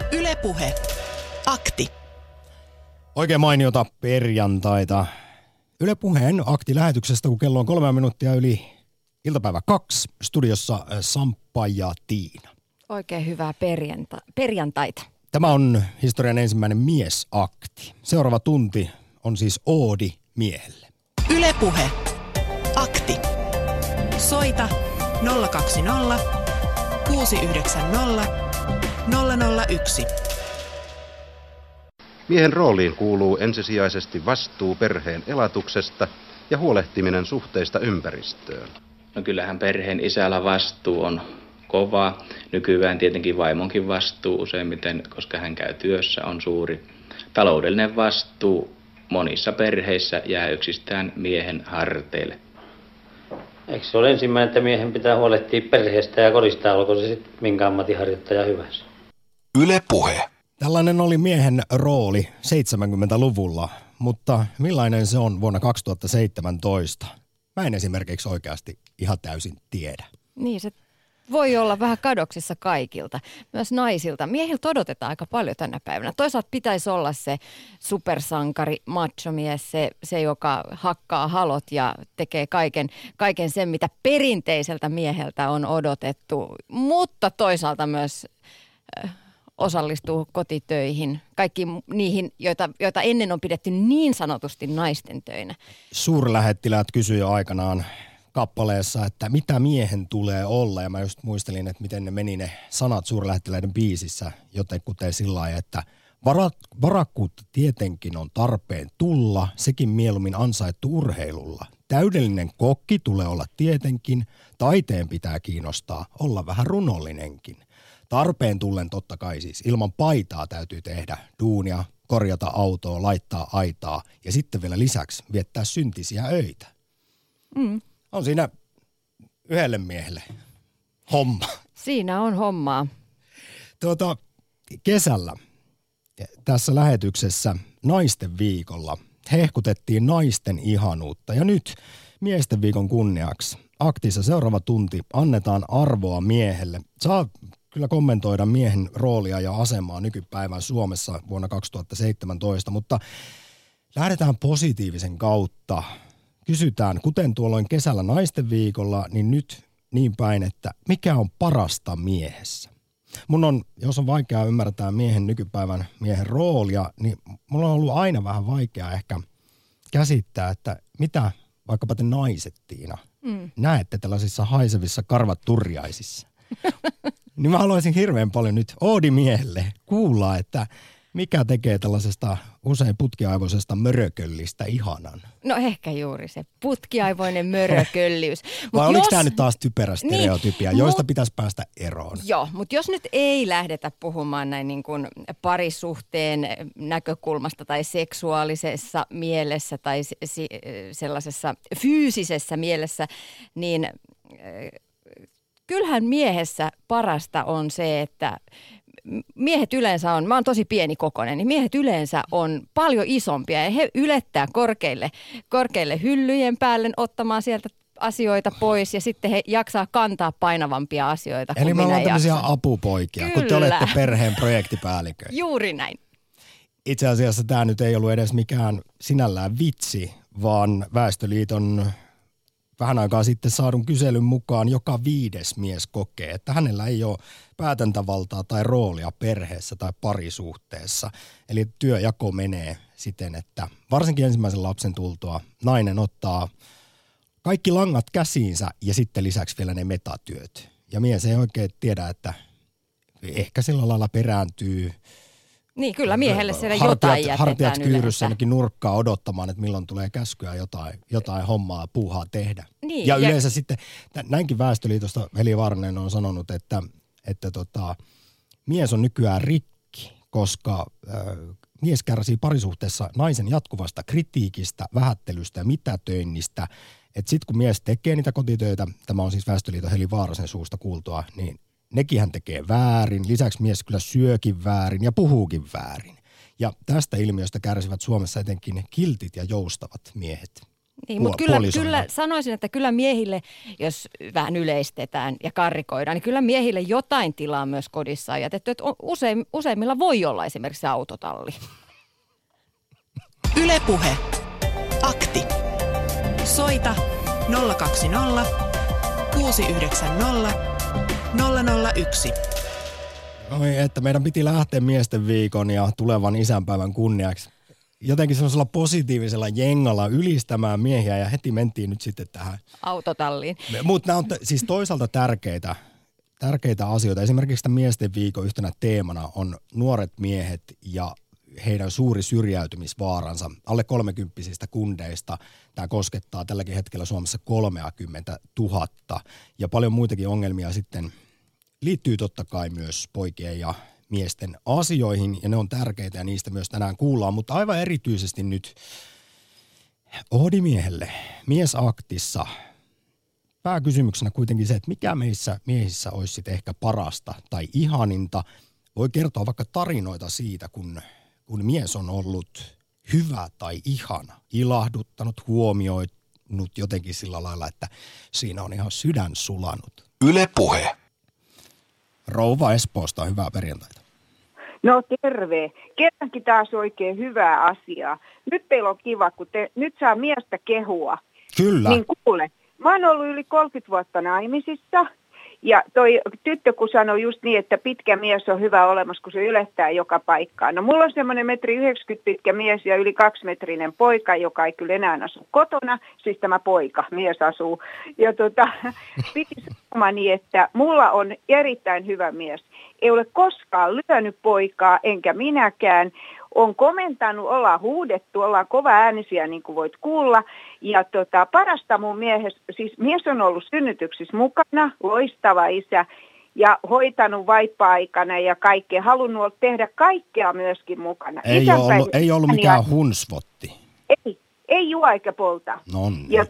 Yle Puhe. Akti. Oikein mainiota perjantaita. Yle Puheen aktilähetyksestä, kun kello on 3 minuuttia yli iltapäivä 2. Studiossa Samppa ja Tiina. Oikein hyvää perjantaita. Tämä on historian ensimmäinen miesakti. Seuraava tunti on siis oodi miehelle. Yle Puhe. Akti. Soita 020 690 001. Miehen rooliin kuuluu ensisijaisesti vastuu perheen elatuksesta ja huolehtiminen suhteista ympäristöön. No kyllähän perheen isällä vastuu on kova. Nykyään tietenkin vaimonkin vastuu useimmiten, koska hän käy työssä, on suuri. Taloudellinen vastuu monissa perheissä jää yksistään miehen harteille. Eikö se ole ensimmäinen, että miehen pitää huolehtia perheestä ja kodista, olkoon se sitten minkä ammatinharjoittaja hyvänsä? Yle Puhe. Tällainen oli miehen rooli 70-luvulla, mutta millainen se on vuonna 2017? Mä en esimerkiksi oikeasti ihan täysin tiedä. Niin, se voi olla vähän kadoksissa kaikilta, myös naisilta. Miehiltä odotetaan aika paljon tänä päivänä. Toisaalta pitäisi olla se supersankari, machomies, se joka hakkaa halot ja tekee kaiken sen, mitä perinteiseltä mieheltä on odotettu, mutta toisaalta myös osallistuu kotitöihin, kaikki niihin, joita ennen on pidetty niin sanotusti naisten töinä. Suurlähettiläät kysyi jo aikanaan kappaleessa, että mitä miehen tulee olla, ja mä just muistelin, että miten ne meni ne sanat suurlähettiläiden biisissä, joten kuten sillä lailla, että varakkuutta tietenkin on tarpeen tulla, sekin mieluummin ansaittu urheilulla. Täydellinen kokki tulee olla tietenkin, taiteen pitää kiinnostaa, olla vähän runollinenkin. Tarpeen tullen totta kai siis ilman paitaa täytyy tehdä duunia, korjata autoa, laittaa aitaa ja sitten vielä lisäksi viettää syntisiä öitä. On siinä yhdelle miehelle homma. Siinä on hommaa. Kesällä tässä lähetyksessä naisten viikolla hehkutettiin naisten ihanuutta ja nyt miesten viikon kunniaksi aktissa seuraava tunti annetaan arvoa miehelle. Saa kyllä kommentoida miehen roolia ja asemaa nykypäivän Suomessa vuonna 2017, mutta lähdetään positiivisen kautta. Kysytään, kuten tuolloin kesällä naisten viikolla, niin nyt niin päin, että mikä on parasta miehessä? Mun on, jos on vaikeaa ymmärtää nykypäivän miehen roolia, niin mulla on ollut aina vähän vaikeaa ehkä käsittää, että mitä vaikkapa te naiset, Tiina, näette tällaisissa haisevissa karvaturjaisissa. Niin mä haluaisin hirveän paljon nyt oodimiehelle kuulla, että mikä tekee tällaisesta usein putkiaivoisesta mörököllistä ihanan? No ehkä juuri se putkiaivoinen mörökölliys. Vai oliko tämä nyt taas typerä stereotypia, joista pitäisi päästä eroon? Joo, mutta jos nyt ei lähdetä puhumaan näin niin kuin parisuhteen näkökulmasta tai seksuaalisessa mielessä tai sellaisessa fyysisessä mielessä, niin kyllähän miehessä parasta on se, että miehet yleensä on, mä oon tosi pienikokoinen, niin miehet yleensä on paljon isompia ja he ylettää korkeille hyllyjen päälle ottamaan sieltä asioita pois ja sitten he jaksaa kantaa painavampia asioita kuin eli me ollaan tämmöisiä jaksan. Apupoikia, Kyllä. kun te olette perheen projektipäällikkö. Juuri näin. Itse asiassa tämä nyt ei ollut edes mikään sinällään vitsi, vaan Väestöliiton vähän aikaa sitten saadun kyselyn mukaan joka 5. mies kokee, että hänellä ei ole päätäntävaltaa tai roolia perheessä tai parisuhteessa. Eli työjako menee siten, että varsinkin ensimmäisen lapsen tultua nainen ottaa kaikki langat käsiinsä ja sitten lisäksi vielä ne metatyöt. Ja mies ei oikein tiedä, että ehkä sillä lailla perääntyy. Niin, kyllä miehelle siellä jotain jätetään hartiat yleensä. kyyryssä jonnekin nurkkaa odottamaan, että milloin tulee käskyä jotain hommaa, puuhaa tehdä. Niin, ja yleensä sitten, näinkin Väestöliitosta Veli Varnen on sanonut, että mies on nykyään rikki, koska mies kärsii parisuhteessa naisen jatkuvasta kritiikistä, vähättelystä ja mitätöinnistä. Että sitten kun mies tekee niitä kotitöitä, tämä on siis Väestöliiton Heli Vaarasen suusta kuultua, niin nekin hän tekee väärin. Lisäksi mies kyllä syökin väärin ja puhuukin väärin. Ja tästä ilmiöstä kärsivät Suomessa etenkin kiltit ja joustavat miehet. Niin, mutta kyllä sanoisin, että kyllä miehille, jos vähän yleistetään ja karrikoidaan, niin kyllä miehille jotain tilaa myös kodissa on jätetty. Että useimmilla voi olla esimerkiksi autotalli. Yle Puhe. Akti. Soita 020 690 001. Oi, että meidän piti lähteä miesten viikon ja tulevan isänpäivän kunniaksi jotenkin sellaisella positiivisella jengalla ylistämään miehiä ja heti mentiin nyt sitten tähän autotalliin. Mutta nämä on siis toisaalta tärkeitä asioita. Esimerkiksi tämän miesten viikon yhtenä teemana on nuoret miehet ja heidän suuri syrjäytymisvaaransa. Alle 30-vuotiaista kundeista tämä koskettaa tälläkin hetkellä Suomessa 30 000 ja paljon muitakin ongelmia sitten liittyy totta kai myös poikien ja miesten asioihin ja ne on tärkeitä ja niistä myös tänään kuullaan, mutta aivan erityisesti nyt Ohdimiehelle miesaktissa pääkysymyksenä kuitenkin se, että mikä meissä miehissä olisi sitten ehkä parasta tai ihaninta. Voi kertoa vaikka tarinoita siitä, kun mies on ollut hyvä tai ihana, ilahduttanut, huomioinut jotenkin sillä lailla, että siinä on ihan sydän sulanut. Yle Puhe. Rouva Espoosta, hyvää perjantaita. No terve. Kerrankin taas oikein hyvää asiaa. Nyt teillä on kiva, kun nyt saa miestä kehua. Kyllä. Niin kuule, mä oon ollut yli 30 vuotta naimisissa. Ja toi tyttö kun sanoi just niin, että pitkä mies on hyvä olemassa, kun se ylettää joka paikkaan. No mulla on semmoinen 1,90 metriä pitkä mies ja yli 2-metrinen poika, joka ei kyllä enää asu kotona. Siis tämä poika, mies asuu. Ja piti sanomani, että mulla on erittäin hyvä mies. Ei ole koskaan lyönyt poikaa, enkä minäkään. On komentanut, ollaan huudettu, ollaan kova äänisiä niin kuin voit kuulla. Ja parasta mun siis mies on ollut synnytyksissä mukana, loistava isä ja hoitanut vaippa-aikana ja kaikkea. Halunnut tehdä kaikkea myöskin mukana. Ei ollut mikään hunsvotti. Ei juo eikä polta. Nonni. Ja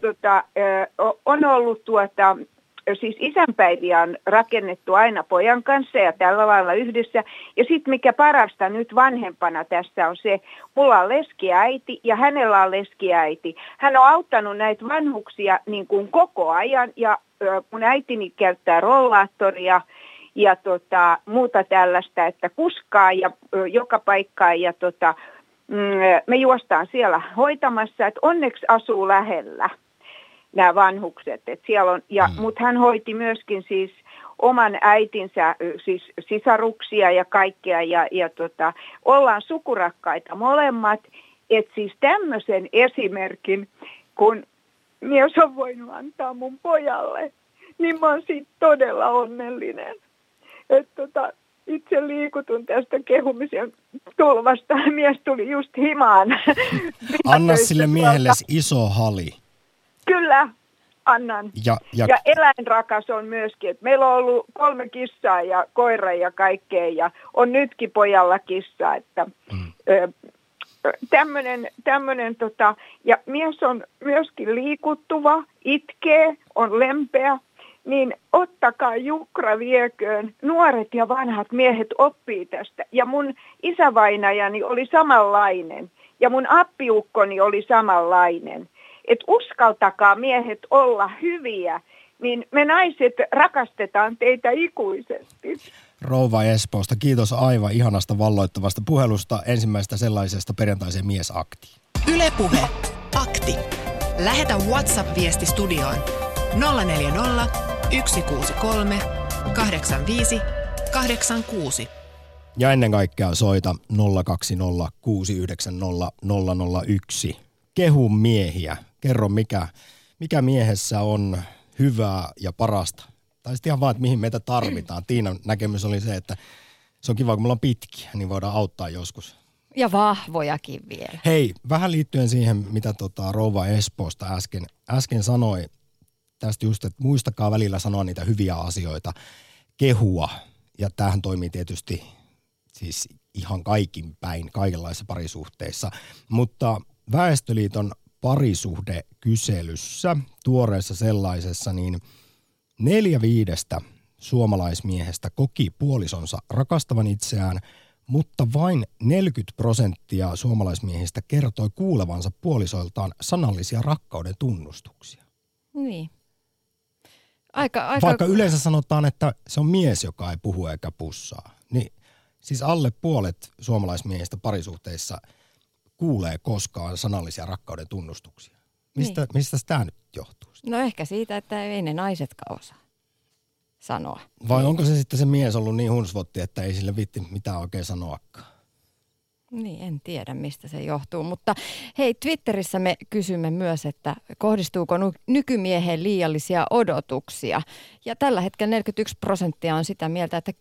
on ollut siis isänpäiviä on rakennettu aina pojan kanssa ja tällä lailla yhdessä. Ja sitten mikä parasta nyt vanhempana tässä on se, mulla on leskiäiti ja hänellä on leskiäiti. Hän on auttanut näitä vanhuksia niin kuin koko ajan ja mun äitini käyttää rollaattoria ja muuta tällaista, että kuskaa ja joka paikkaan ja me juostaan siellä hoitamassa, että onneksi asuu lähellä nämä vanhukset, että siellä on, mutta hän hoiti myöskin siis oman äitinsä, siis sisaruksia ja kaikkea ja ollaan sukurakkaita molemmat, että siis tämmöisen esimerkin, kun mies on voinut antaa mun pojalle, niin mä oon siitä todella onnellinen, että itse liikutun tästä kehumisen tulvasta, mies tuli just himaan. Anna sille miehellesi iso hali. Kyllä, annan. Ja eläinrakas on myöskin. Et meillä on ollut 3 kissaa ja koira ja kaikkea ja on nytkin pojalla kissa. Että, tämmönen, ja mies on myöskin liikuttuva, itkee, on lempeä. Niin ottakaa Jukra vieköön. Nuoret ja vanhat miehet oppii tästä. Ja mun isävainajani oli samanlainen. Ja mun appiukkoni oli samanlainen. Että uskaltakaa miehet olla hyviä, niin me naiset rakastetaan teitä ikuisesti. Rouva Espoosta, kiitos aivan ihanasta valloittavasta puhelusta, ensimmäisestä sellaisesta perjantaiseen miesaktiin. Yle Puhe. Akti. Lähetä WhatsApp-viesti studioon 040 163 85 86. Ja ennen kaikkea soita 020 690 001. Kehu miehiä. Kerro, mikä miehessä on hyvää ja parasta. Tai sitten ihan vaan, että mihin meitä tarvitaan. Tiinan näkemys oli se, että se on kiva, kun me ollaan pitkiä, niin voidaan auttaa joskus. Ja vahvojakin vielä. Hei, vähän liittyen siihen, mitä rouva Espoosta äsken sanoi. Tästä just, että muistakaa välillä sanoa niitä hyviä asioita. Kehua. Ja tämähän toimii tietysti siis ihan kaikin päin, kaikenlaisissa parisuhteissa. Mutta Väestöliiton parisuhdekyselyssä, tuoreessa sellaisessa, niin 4/5 suomalaismiehestä koki puolisonsa rakastavan itseään, mutta vain 40% suomalaismiehistä kertoi kuulevansa puolisoiltaan sanallisia rakkauden tunnustuksia. Niin. Vaikka yleensä sanotaan, että se on mies, joka ei puhu eikä pussaa, niin siis alle puolet suomalaismiehistä parisuhteissa kuulee koskaan sanallisia rakkauden tunnustuksia. Mistä tämä nyt johtuu? No ehkä siitä, että ei ne naisetkaan osaa sanoa. Vai onko se sitten se mies ollut niin hunsvotti, että ei sille viitti mitään oikein sanoakaan? Niin, en tiedä mistä se johtuu, mutta hei, Twitterissä me kysymme myös, että kohdistuuko nykymieheen liiallisia odotuksia. Ja tällä hetkellä 41% on sitä mieltä, että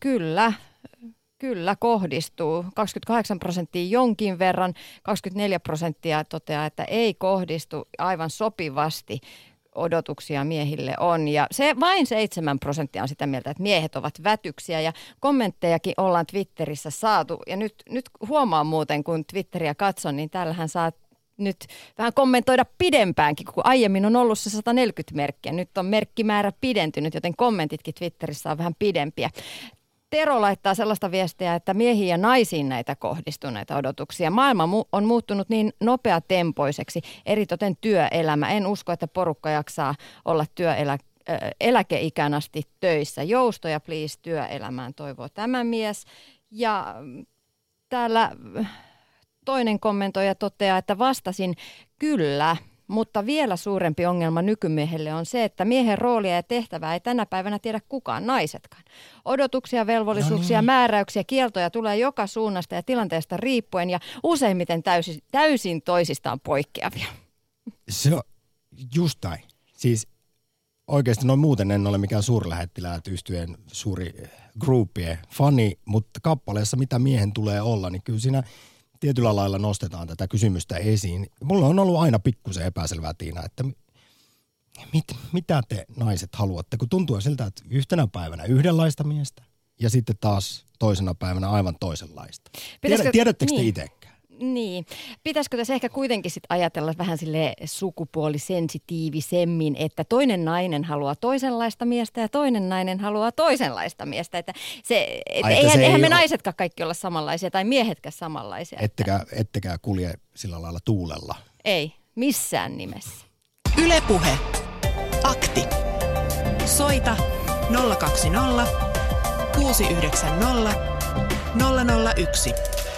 kyllä kohdistuu. 28% jonkin verran, 24% toteaa, että ei kohdistu aivan sopivasti. Odotuksia miehille on ja vain 7% on sitä mieltä, että miehet ovat vätyksiä ja kommenttejakin ollaan Twitterissä saatu ja nyt huomaan muuten, kun Twitteriä katson, niin täällähän saa nyt vähän kommentoida pidempäänkin, kun aiemmin on ollut se 140 merkkiä. Nyt on merkkimäärä pidentynyt, joten kommentitkin Twitterissä on vähän pidempiä. Tero laittaa sellaista viestiä, että miehiin ja naisiin näitä kohdistuneita odotuksia. Maailma on muuttunut niin nopeatempoiseksi, eritoten työelämä. En usko, että porukka jaksaa olla eläkeikään asti töissä. Joustoja please työelämään, toivoo tämä mies. Ja täällä toinen kommentoija toteaa, että vastasin kyllä. Mutta vielä suurempi ongelma nykymiehelle on se, että miehen roolia ja tehtävää ei tänä päivänä tiedä kukaan, naisetkaan. Odotuksia, velvollisuuksia, määräyksiä, kieltoja tulee joka suunnasta ja tilanteesta riippuen ja useimmiten täysin toisistaan poikkeavia. Se on just näin. Siis oikeasti noin muuten en ole mikään suurlähettiläät yhtyeen suuri groupie fani, mutta kappaleessa mitä miehen tulee olla, niin kyllä siinä tietyllä lailla nostetaan tätä kysymystä esiin. Mulla on ollut aina pikkusen epäselvää, Tiina, että mitä te naiset haluatte, kun tuntuu siltä, että yhtenä päivänä yhdenlaista miestä ja sitten taas toisena päivänä aivan toisenlaista. Tiedättekö te itsekään? Niin. Pitäisikö tässä ehkä kuitenkin sit ajatella vähän sille sukupuolisensitiivisemmin, että toinen nainen haluaa toisenlaista miestä ja toinen nainen haluaa toisenlaista miestä. Että eihän me naisetkaan kaikki olla samanlaisia tai miehetkään samanlaisia. Ettekä kulje sillä lailla tuulella. Ei, missään nimessä. Yle Puhe. Akti. Soita 020 690 001.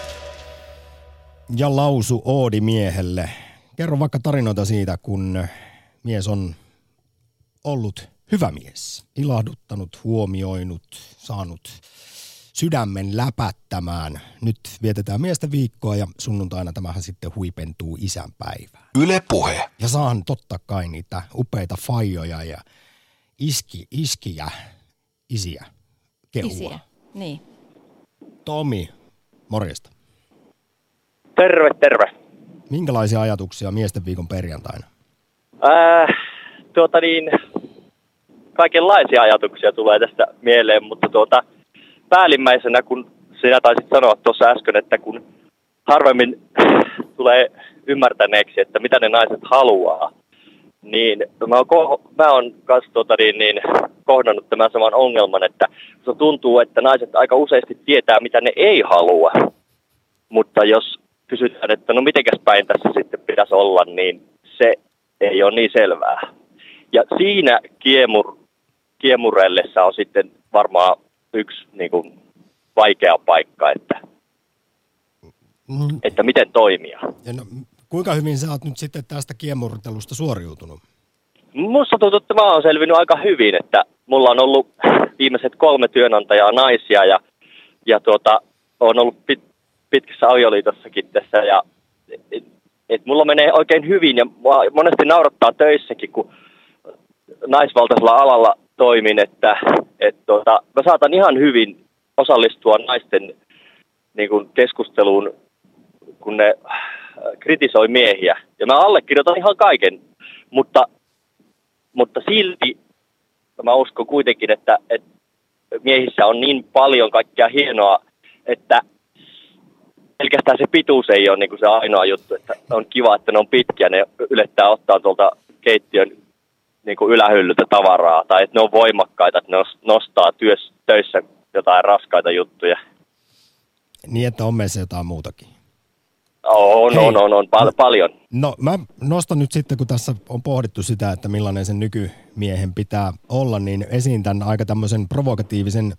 Ja lausu oodi miehelle. Kerro vaikka tarinoita siitä, kun mies on ollut hyvä mies. Ilahduttanut, huomioinut, saanut sydämen läpättämään. Nyt vietetään miesten viikkoa ja sunnuntaina tämähän sitten huipentuu isänpäivään. Yle Puhe. Ja saan totta kai niitä upeita faijoja ja iskiä, isiä kehua. Isiä, niin. Tomi, morjesta. Terve. Minkälaisia ajatuksia miesten viikon perjantaina? Kaikenlaisia ajatuksia tulee tästä mieleen, mutta päällimmäisenä, kun sinä taisit sanoa tuossa äsken, että kun harvemmin tulee ymmärtäneeksi, että mitä ne naiset haluaa, niin mä oon kanssa kohdannut tämän saman ongelman, että se tuntuu, että naiset aika useasti tietää, mitä ne ei halua, mutta jos kysytään, että no mitenkäs päin tässä sitten pitäisi olla, niin se ei ole niin selvää. Ja siinä kiemurellessa on sitten varmaan yksi vaikea paikka, että miten toimia. Ja no, kuinka hyvin sä oot nyt sitten tästä kiemurtelusta suoriutunut? Musta tuntuu, että mä oon selvinnyt aika hyvin, että mulla on ollut viimeiset 3 työnantajaa naisia ja on ollut pitkässä avioliitossakin tässä ja et mulla menee oikein hyvin ja monesti naurattaa töissäkin, kun naisvaltaisella alalla toimin, että mä saatan ihan hyvin osallistua naisten keskusteluun, kun ne kritisoi miehiä. Ja mä allekirjoitan ihan kaiken, mutta silti mä uskon kuitenkin, että miehissä on niin paljon kaikkea hienoa, että pelkästään se pituus ei ole se ainoa juttu, että on kiva, että ne on pitkiä, ne ylettää ottaa tuolta keittiön ylähyllyltä tavaraa, tai että ne on voimakkaita, että ne nostaa töissä jotain raskaita juttuja. Niin, että on meissä jotain muutakin. On paljon. No mä nostan nyt sitten, kun tässä on pohdittu sitä, että millainen sen nykymiehen pitää olla, niin esiin tämän aika tämmöisen provokatiivisen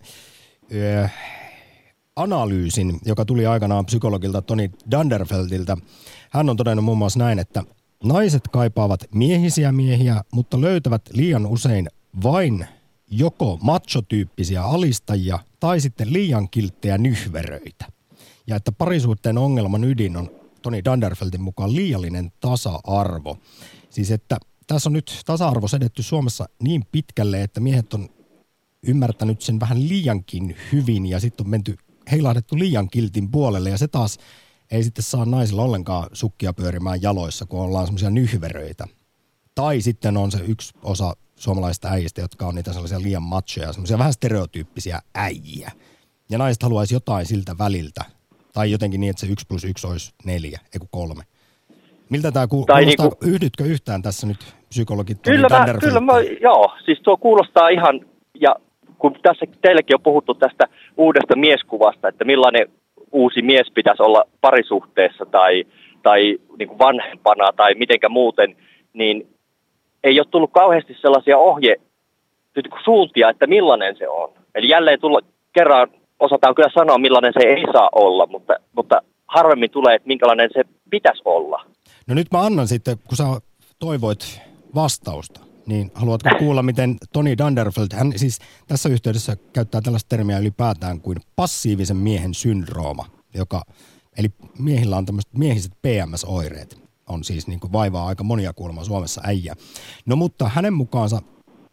analyysin, joka tuli aikanaan psykologilta Tony Dunderfeltiltä. Hän on todennut muun muassa näin, että naiset kaipaavat miehisiä miehiä, mutta löytävät liian usein vain joko macho-tyyppisiä alistajia tai sitten liian kilttejä nyhveröitä. Ja että parisuhteen ongelman ydin on Tony Dunderfeltin mukaan liiallinen tasa-arvo. Siis että tässä on nyt tasa-arvo sedetty Suomessa niin pitkälle, että miehet on ymmärtänyt sen vähän liiankin hyvin ja sitten on menty heilahdettu liian kiltin puolelle ja se taas ei sitten saa naisilla ollenkaan sukkia pyörimään jaloissa, kun ollaan semmoisia nyhveröitä. Tai sitten on se yksi osa suomalaisista äijistä, jotka on niitä sellaisia liian machoja, semmoisia vähän stereotyyppisiä äijiä. Ja naiset haluaisi jotain siltä väliltä. Tai jotenkin niin, että se 1 + 1 olisi 4, ei kun 3. Miltä tämä kuulostaa? Yhdytkö yhtään tässä nyt psykologit? Joo, siis tuo kuulostaa ihan, ja kun tässä teillekin on puhuttu tästä uudesta mieskuvasta, että millainen uusi mies pitäisi olla parisuhteessa tai niin kuin vanhempana tai mitenkä muuten, niin ei ole tullut kauheasti sellaisia suuntia, että millainen se on. Eli jälleen kerran osataan kyllä sanoa, millainen se ei saa olla, mutta harvemmin tulee, että minkälainen se pitäisi olla. No nyt mä annan sitten, kun sä toivoit vastausta, niin haluatko kuulla, miten Tony Dunderfeld, hän siis tässä yhteydessä käyttää tällaista termiä ylipäätään kuin passiivisen miehen syndrooma, eli miehillä on tämmöiset miehiset PMS-oireet, on siis niin kuin vaivaa aika monia kuulemma Suomessa äijä. No mutta hänen mukaansa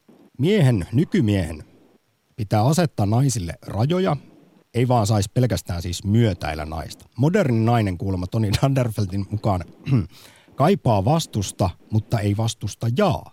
nykymiehen pitää asettaa naisille rajoja, ei vaan saisi pelkästään siis myötäillä naista. Moderni nainen kuulemma Tony Dunderfeltin mukaan kaipaa vastusta, mutta ei vastustajaa.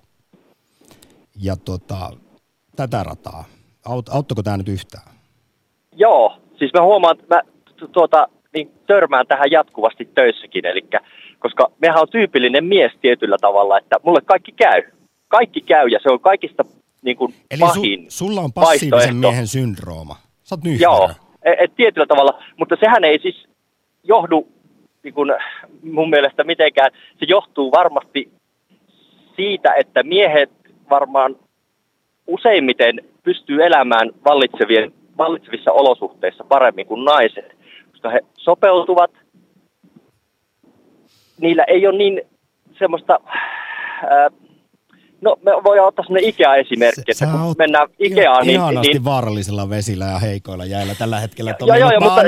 Ja tätä rataa. Auttako tämä nyt yhtään? Joo, siis mä huomaan, että mä törmään tähän jatkuvasti töissäkin, koska mehän on tyypillinen mies tietyllä tavalla, että mulle kaikki käy. Kaikki käy ja se on kaikista niin kuin pahin. Eli sulla on passiivisen miehen syndrooma. Sä oot nyhverö. Joo, tietyllä tavalla, mutta sehän ei siis johdu niin kuin mun mielestä mitenkään. Se johtuu varmasti siitä, että miehet varmaan useimmiten pystyy elämään vallitsevissa olosuhteissa paremmin kuin naiset, koska he sopeutuvat. Niillä ei ole niin semmoista, me voidaan ottaa sellainen Ikea-esimerkki, että kun mennään Ikeaan, niin ihanasti vaarallisilla vesillä ja heikoilla jäillä tällä hetkellä. Joo, mutta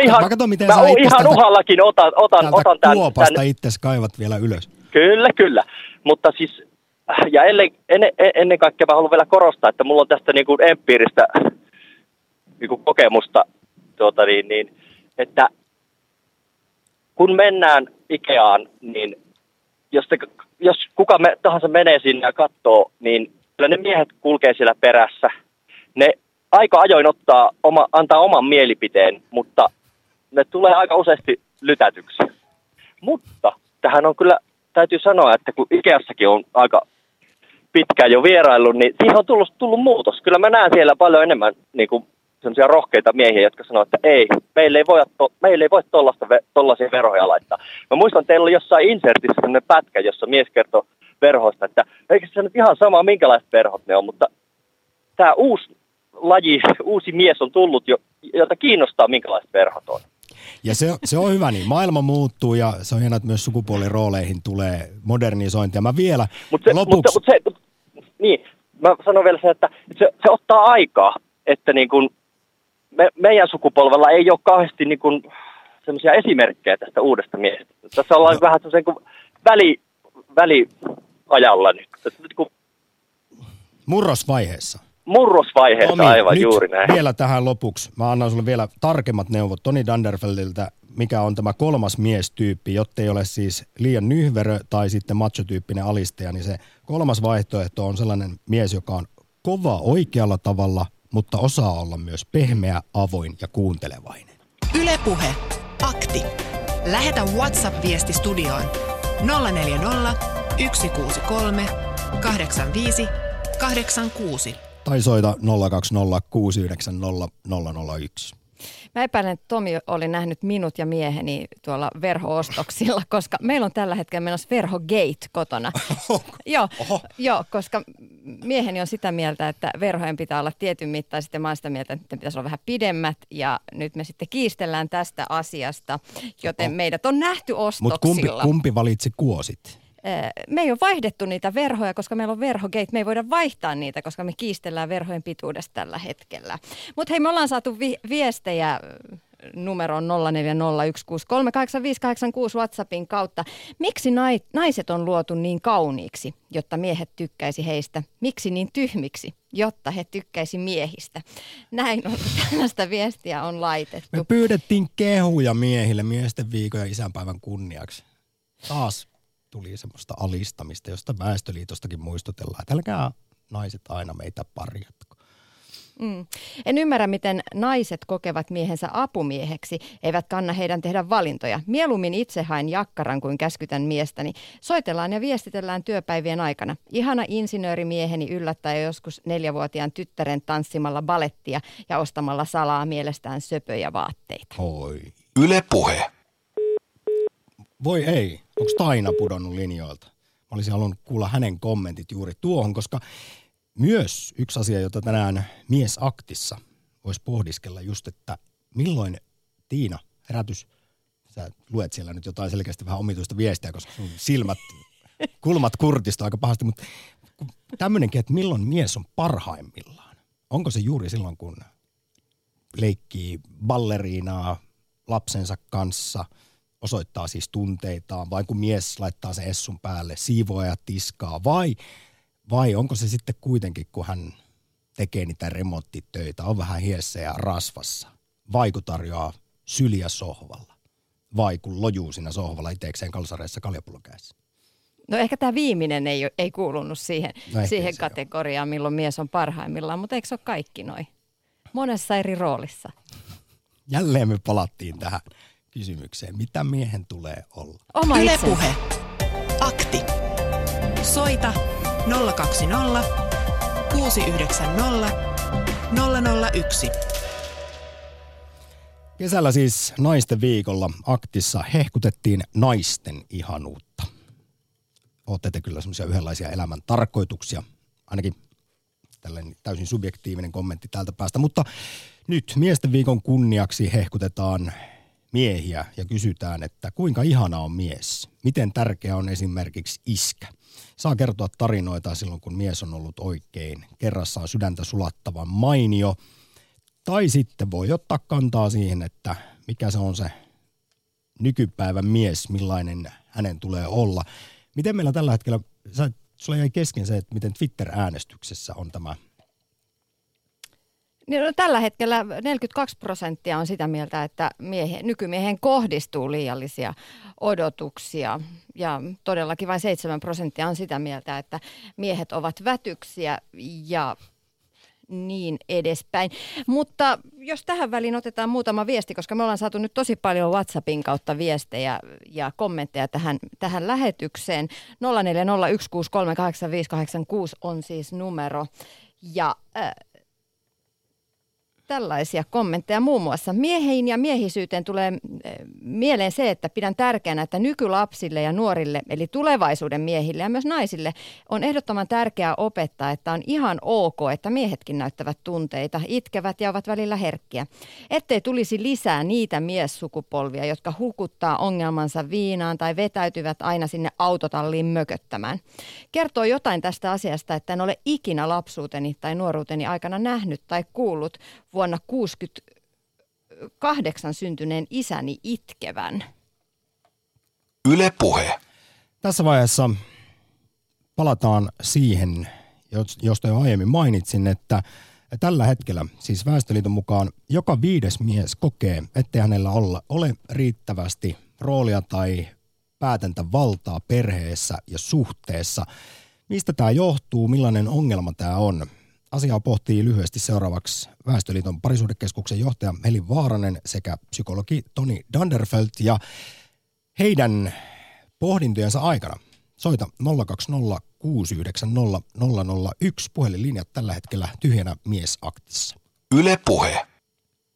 ihan uhallakin otan tämän. Kuopasta itses kaivat vielä ylös. Kyllä. Mutta siis, ja ennen kaikkea mä haluan vielä korostaa, että mulla on tästä niin kuin empiiristä niin kuin kokemusta, että kun mennään Ikeaan, niin jos kuka tahansa menee sinne ja katsoo, niin kyllä ne miehet kulkee siellä perässä. Ne aika ajoin antaa oman mielipiteen, mutta ne tulee aika useasti lytätyksi. Mutta tähän on kyllä, täytyy sanoa, että kun Ikeassakin on aika pitkään jo vieraillut, niin siihen on tullut muutos. Kyllä mä näen siellä paljon enemmän niin kuin sellaisia rohkeita miehiä, jotka sanoo, että ei, meillä ei voi tollaisia verhoja laittaa. Mä muistan, teillä oli jossain insertissä sellainen pätkä, jossa mies kertoi verhoista, että eikö se nyt ihan sama, minkälaiset verhot ne on, mutta tämä uusi mies on tullut, jota kiinnostaa, minkälaiset verhot on. Ja se on hyvä, niin maailma muuttuu ja se on hienoa, että myös sukupuolirooleihin tulee modernisointia. Mä vielä lopuksi... Mä sanon vielä sen, että se ottaa aikaa, että niin kun meidän sukupolvella ei ole kauheasti niin kun semmoisia esimerkkejä tästä uudesta miehestä. Tässä ollaan vähän semmoisen kuin väliajalla nyt. Murrosvaiheessa, Tomi, aivan juuri näin. Vielä tähän lopuksi. Mä annan sulle vielä tarkemmat neuvot Tony Dunderfeltiltä, mikä on tämä 3. miestyyppi, jottei ole siis liian nyhverö tai sitten macho-tyyppinen alistaja, niin se 3. vaihtoehto on sellainen mies, joka on kova oikealla tavalla, mutta osaa olla myös pehmeä, avoin ja kuuntelevainen. Yle Puhe. Akti. Lähetä WhatsApp-viesti studioon 040 163 85 86. Tai soita 020 690 001. Mä epäilen, että Tomi oli nähnyt minut ja mieheni tuolla verho-ostoksilla, koska meillä on tällä hetkellä menossa verho-gate kotona. Joo, koska mieheni on sitä mieltä, että verhojen pitää olla tietyn mittaiset ja mä oon sitä mieltä, että ne pitäisi olla vähän pidemmät. Ja nyt me sitten kiistellään tästä asiasta, joten meidät on nähty ostoksilla. Mutta kumpi valitsi kuosit? Me ei ole vaihdettu niitä verhoja, koska meillä on verhogate. Me ei voida vaihtaa niitä, koska me kiistellään verhojen pituudesta tällä hetkellä. Mutta hei, me ollaan saatu viestejä numeroon 0401638586 WhatsAppin kautta. Miksi naiset on luotu niin kauniiksi, jotta miehet tykkäisi heistä? Miksi niin tyhmiksi, jotta he tykkäisi miehistä? Näin on, tällaista viestiä on laitettu. Me pyydettiin kehuja miehille miesten viikon ja isänpäivän kunniaksi. Taas tuli semmoista alistamista, josta Väestöliitostakin muistutellaan, että älkää naiset aina meitä parjatko. En ymmärrä, miten naiset kokevat miehensä apumieheksi, eivät kanna heidän tehdä valintoja. Mieluummin itse haen jakkaran kuin käskytän miestäni. Soitellaan ja viestitellään työpäivien aikana. Ihana insinöörimieheni yllättää joskus 4-vuotiaan tyttären tanssimalla balettia ja ostamalla salaa mielestään söpöjä vaatteita. Oi. Yle Puhe. Voi ei. Onko Taina pudonnut linjoilta? Mä olisin halunnut kuulla hänen kommentit juuri tuohon, koska myös yksi asia, jota tänään Miesaktissa voisi pohdiskella just, että milloin Tiina herätys, sä luet siellä nyt jotain selkeästi vähän omituista viestiä, koska sun kulmat kurtista aika pahasti, mutta tämmöinenkin, että milloin mies on parhaimmillaan? Onko se juuri silloin, kun leikkii balleriinaa lapsensa kanssa, osoittaa siis tunteitaan, vai kun mies laittaa sen essun päälle, siivoaa ja tiskaa, vai onko se sitten kuitenkin, kun hän tekee niitä remonttitöitä, on vähän hiessä ja rasvassa, vai kun tarjoaa syliä sohvalla, vai kun lojuu siinä sohvalla itsekseen kalsareissa kaljapullon kädessä? No ehkä tämä viimeinen ei kuulunut siihen kategoriaan, milloin mies on parhaimmillaan, mutta eikö se ole kaikki noin? Monessa eri roolissa. Jälleen me palattiin tähän kysymykseen, mitä miehen tulee olla. Yle Puhe. Akti. Soita 020 690 001. Kesällä siis naisten viikolla Aktissa hehkutettiin naisten ihanuutta. Ootte te kyllä semmoisia yhdenlaisia elämän tarkoituksia, ainakin tällainen täysin subjektiivinen kommentti täältä päästä. Mutta nyt miesten viikon kunniaksi hehkutetaan miehiä ja kysytään, että kuinka ihana on mies? Miten tärkeä on esimerkiksi iskä? Saa kertoa tarinoita silloin, kun mies on ollut oikein kerrassaan sydäntä sulattavan mainio. Tai sitten voi ottaa kantaa siihen, että mikä se on se nykypäivän mies, millainen hänen tulee olla. Miten meillä tällä hetkellä, sulla jäi kesken se, että miten Twitter-äänestyksessä on tämä? No, tällä hetkellä 42% on sitä mieltä, että nykymiehen kohdistuu liiallisia odotuksia ja todellakin vain 7% on sitä mieltä, että miehet ovat vätyksiä ja niin edespäin. Mutta jos tähän väliin otetaan muutama viesti, koska me ollaan saatu nyt tosi paljon WhatsAppin kautta viestejä ja kommentteja tähän lähetykseen. 0401638586 on siis numero ja tällaisia kommentteja muun muassa. Miehiin ja miehisyyteen tulee mieleen se, että pidän tärkeänä, että nykylapsille ja nuorille, eli tulevaisuuden miehille ja myös naisille, on ehdottoman tärkeää opettaa, että on ihan ok, että miehetkin näyttävät tunteita, itkevät ja ovat välillä herkkiä. Ettei tulisi lisää niitä miessukupolvia, jotka hukuttaa ongelmansa viinaan tai vetäytyvät aina sinne autotalliin mököttämään. Kertoo jotain tästä asiasta, että en ole ikinä lapsuuteni tai nuoruuteni aikana nähnyt tai kuullut vuonna 1968 syntyneen isäni itkevän. Yle Puhe. Tässä vaiheessa palataan siihen, josta jo aiemmin mainitsin, että tällä hetkellä siis Väestöliiton mukaan joka 5. mies kokee, ettei hänellä ole riittävästi roolia tai päätäntävaltaa perheessä ja suhteessa. Mistä tämä johtuu, millainen ongelma tämä on? Asiaa pohtii lyhyesti seuraavaksi Väestöliiton parisuhdekeskuksen johtaja Heli Vaaranen sekä psykologi Toni Danderfelt ja heidän pohdintojensa aikana. Soita 020 690 001, puhelinlinjat tällä hetkellä tyhjänä Miesaktissa. Yle Puhe.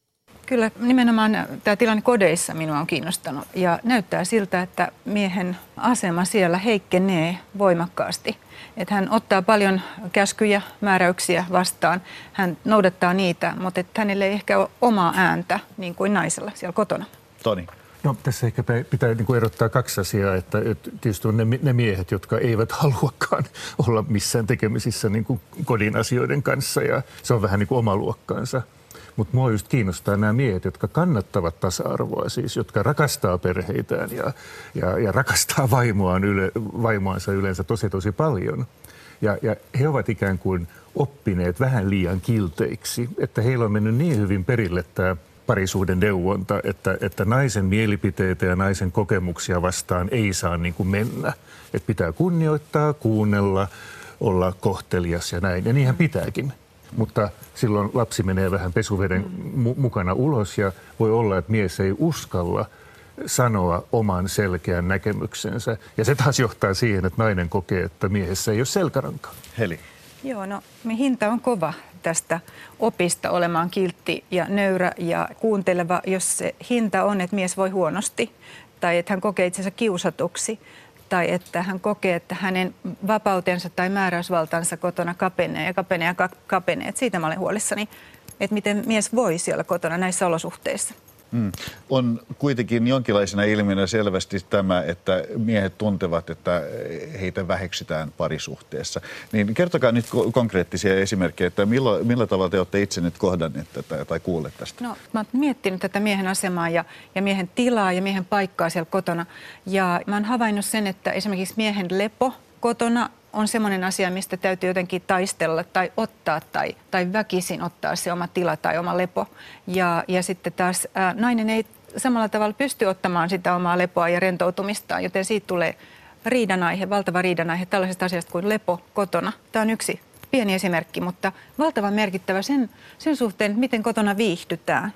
Kyllä nimenomaan tämä tilanne kodeissa minua on kiinnostanut ja näyttää siltä, että miehen asema siellä heikkenee voimakkaasti. Että hän ottaa paljon käskyjä, määräyksiä vastaan, hän noudattaa niitä, mutta että hänellä ei ehkä ole omaa ääntä niin kuin naisella siellä kotona. Toni. No, tässä ehkä pitää niin kuin erottaa kaksi asiaa, että tietysti on ne miehet, jotka eivät haluakaan olla missään tekemisissä niin kuin kodin asioiden kanssa ja se on vähän niin kuin oma luokkaansa. Mutta mua just kiinnostaa nämä miehet, jotka kannattavat tasa-arvoa, siis jotka rakastaa perheitään ja rakastaa vaimoansa yleensä tosi paljon. Ja he ovat ikään kuin oppineet vähän liian kilteiksi, että heillä on mennyt niin hyvin perille tämä parisuuden neuvonta, että naisen mielipiteitä ja naisen kokemuksia vastaan ei saa niin kuin mennä. Että pitää kunnioittaa, kuunnella, olla kohtelias ja näin. Ja niinhän pitääkin. Mutta silloin lapsi menee vähän pesuveden mukana ulos ja voi olla, että mies ei uskalla sanoa oman selkeän näkemyksensä. Ja se taas johtaa siihen, että nainen kokee, että miehessä ei ole selkärankaa. Heli. Joo, no hinta on kova tästä opista olemaan kiltti ja nöyrä ja kuunteleva, jos se hinta on, että mies voi huonosti tai että hän kokee itsensä kiusatuksi tai että hän kokee, että hänen vapautensa tai määräysvaltansa kotona kapenee ja kapenee ja kapenee. Että siitä mä olen huolissani, että miten mies voi siellä kotona näissä olosuhteissa. On kuitenkin jonkinlaisena ilmiönä selvästi tämä, että miehet tuntevat, että heitä väheksytään parisuhteessa. Niin kertokaa nyt konkreettisia esimerkkejä, että millä tavalla te olette itse nyt kohdanneet tätä tai kuulleet tästä? No, mä oon miettinyt tätä miehen asemaa ja miehen tilaa ja miehen paikkaa siellä kotona. Ja mä oon havainnut sen, että esimerkiksi miehen lepo kotona on semmoinen asia, mistä täytyy jotenkin taistella tai ottaa tai väkisin ottaa se oma tila tai oma lepo. Ja sitten taas nainen ei samalla tavalla pysty ottamaan sitä omaa lepoa ja rentoutumistaan, joten siitä tulee riidanaihe, valtava riidanaihe tällaisesta asiasta kuin lepo kotona. Tämä on yksi pieni esimerkki, mutta valtavan merkittävä sen suhteen, miten kotona viihdytään.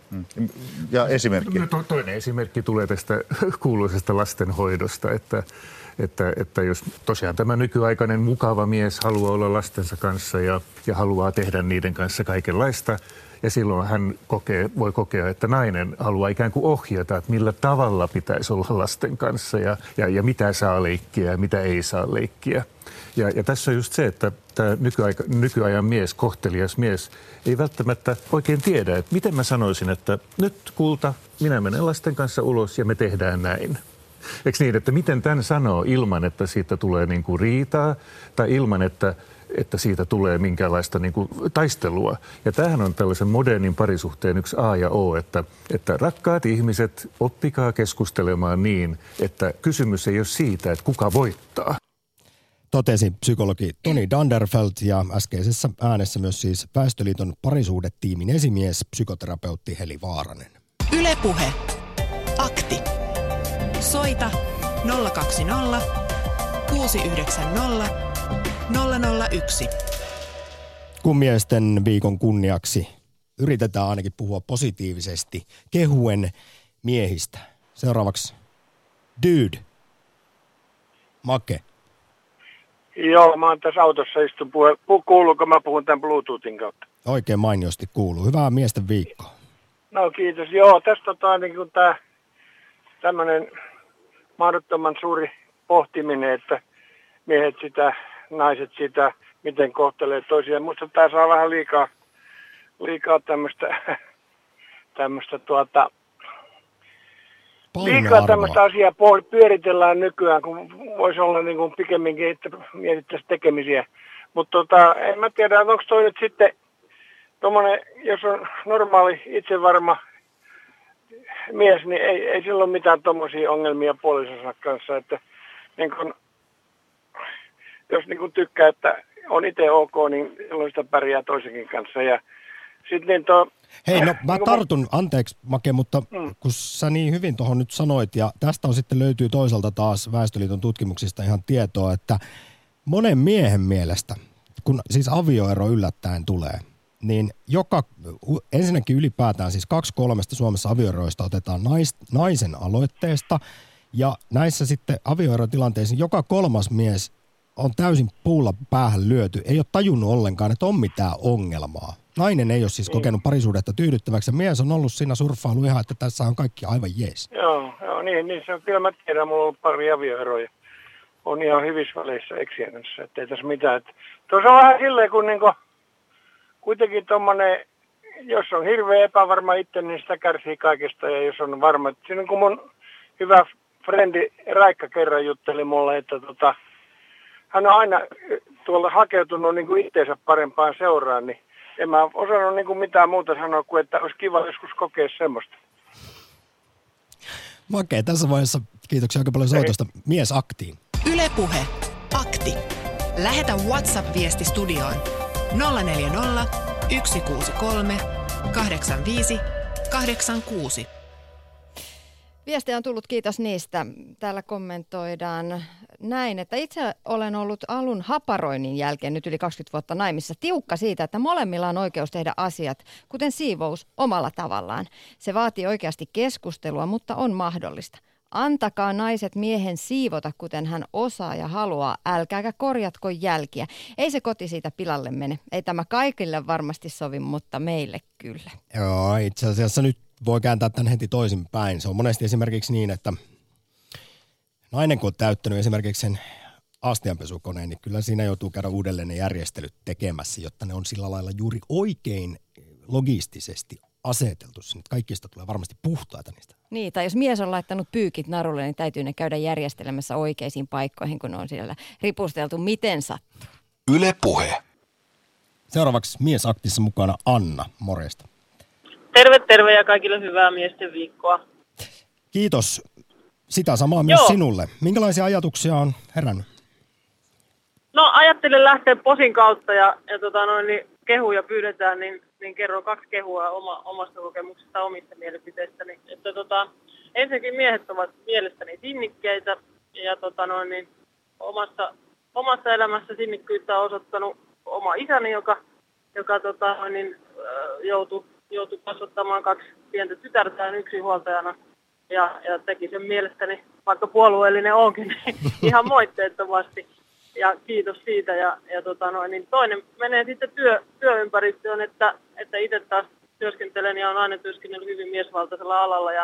Ja esimerkki? No, toinen esimerkki tulee tästä kuuluisesta lastenhoidosta, että jos tosiaan tämä nykyaikainen mukava mies haluaa olla lastensa kanssa ja haluaa tehdä niiden kanssa kaikenlaista, ja silloin hän voi kokea, että nainen haluaa ikään kuin ohjata, että millä tavalla pitäisi olla lasten kanssa ja mitä saa leikkiä ja mitä ei saa leikkiä. Ja tässä on just se, että tämä nykyajan mies, kohtelias mies, ei välttämättä oikein tiedä, että miten mä sanoisin, että nyt kulta, minä menen lasten kanssa ulos ja me tehdään näin. Eikö niin, että miten tämän sanoo ilman, että siitä tulee niin kuin riitaa tai ilman, että siitä tulee minkäänlaista niin kuin taistelua. Ja tämähän on tällaisen modernin parisuhteen yksi A ja O, että rakkaat ihmiset, oppikaa keskustelemaan niin, että kysymys ei ole siitä, että kuka voittaa. Totesi psykologi Toni Danderfelt ja äskeisessä äänessä myös siis Väestöliiton parisuhdetiimin esimies, psykoterapeutti Heli Vaaranen. Yle Puhe. Akti. Soita 020 690 001. Kun miesten viikon kunniaksi yritetään ainakin puhua positiivisesti, kehuen miehistä. Seuraavaksi Dude. Make. Joo, mä oon tässä autossa istun. Kuuluuko mä puhun tämän Bluetoothin kautta? Oikein mainiosti kuuluu. Hyvää miesten viikkoa. No kiitos. Joo, tästä niin kuin tämmöinen mahdottoman suuri pohtiminen, että miehet sitä, naiset sitä, miten kohtelee toisiaan. Musta tää saa vähän liikaa tämmöistä asiaa pyöritellään nykyään, kun voisi olla niin kuin pikemminkin, että mietittäisiin tekemisiä. Mutta en mä tiedä, onko toi nyt sitten tommonen, jos on normaali, itsevarma mies, niin ei sillä ole mitään tommosia ongelmia puolisonsa kanssa, että niin kun, jos niin kun tykkää, että on itse ok, niin silloin sitä pärjää toisenkin kanssa. Ja sit niin hei, no mä tartun, anteeksi Make, mutta kun sä niin hyvin tuohon nyt sanoit, ja tästä on sitten löytyy toisaalta taas Väestöliiton tutkimuksista ihan tietoa, että monen miehen mielestä, kun siis avioero yllättäen tulee, niin ensinnäkin ylipäätään siis 2/3 Suomessa avioeroista otetaan naisen aloitteesta, ja näissä sitten avioerotilanteissa joka 3. mies on täysin puulla päähän lyöty, ei ole tajunnut ollenkaan, että on mitään ongelmaa. nainen ei ole siis kokenut parisuhdetta tyydyttäväksi ja mies on ollut siinä surffailu ihan, että tässä on kaikki aivan jees. Joo, niin se on. Kyllä mä tiedän, mulla on ollut pari avioeroja. On ihan hyvissä väleissä eksiennössä, ettei tässä mitään. Tuossa on vähän silleen, kun niinku, kuitenkin tommonen, jos on hirveän epävarma itse, niin sitä kärsii kaikesta. Ja jos on varma, että siinä kun mun hyvä frendi Raikka kerran jutteli mulle, että hän on aina tuolla hakeutunut niinku itseensä parempaan seuraan, niin en mä osannut niinku mitään muuta sanoa kuin, että olisi kiva joskus kokea semmoista. Makea, tässä vaiheessa kiitoksia aika paljon soitosta. Mies aktiin. Yle Puhe. Akti. Lähetä WhatsApp-viesti studioon 040 163 85 86. Viestejä on tullut, kiitos niistä. Täällä kommentoidaan näin, että itse olen ollut alun haparoinnin jälkeen nyt yli 20 vuotta naimissa tiukka siitä, että molemmilla on oikeus tehdä asiat, kuten siivous, omalla tavallaan. Se vaatii oikeasti keskustelua, mutta on mahdollista. Antakaa naiset miehen siivota, kuten hän osaa ja haluaa, älkääkä korjatko jälkiä. Ei se koti siitä pilalle mene. Ei tämä kaikille varmasti sovi, mutta meille kyllä. Joo, itse asiassa nyt voi kääntää tämän heti toisinpäin. Se on monesti esimerkiksi niin, että nainen kun on täyttänyt esimerkiksi sen astianpesukoneen, niin kyllä siinä joutuu käydä uudelleen ne järjestelyt tekemässä, jotta ne on sillä lailla juuri oikein logistisesti aseteltu sinne. Kaikista tulee varmasti puhtaita niistä. Niin, tai jos mies on laittanut pyykit narulle, niin täytyy ne käydä järjestelemässä oikeisiin paikkoihin, kun ne on siellä ripusteltu miten sattuu. Yle Puhe. Seuraavaksi mies aktissa mukana Anna, morjesta. Terve ja kaikille hyvää miesten viikkoa. Kiitos. Sitä samaa myös sinulle. Minkälaisia ajatuksia on herännyt? No ajattelin lähteä posin kautta ja niin kehuja pyydetään, niin kerron 2 kehua omasta kokemuksesta omista mielipiteistäni. Että ensinnäkin miehet ovat mielestäni sinnikkeitä ja niin omassa elämässä sinnikkyyttä on osoittanut oma isäni, joka joutui kasvattamaan 2 pientä tytärtään yksinhuoltajana ja teki sen mielestäni, vaikka puolueellinen onkin, niin ihan moitteettomasti. Ja kiitos siitä. Niin toinen menee sitten työympäristöön, että itse taas työskentelen ja olen aina työskennellyt hyvin miesvaltaisella alalla.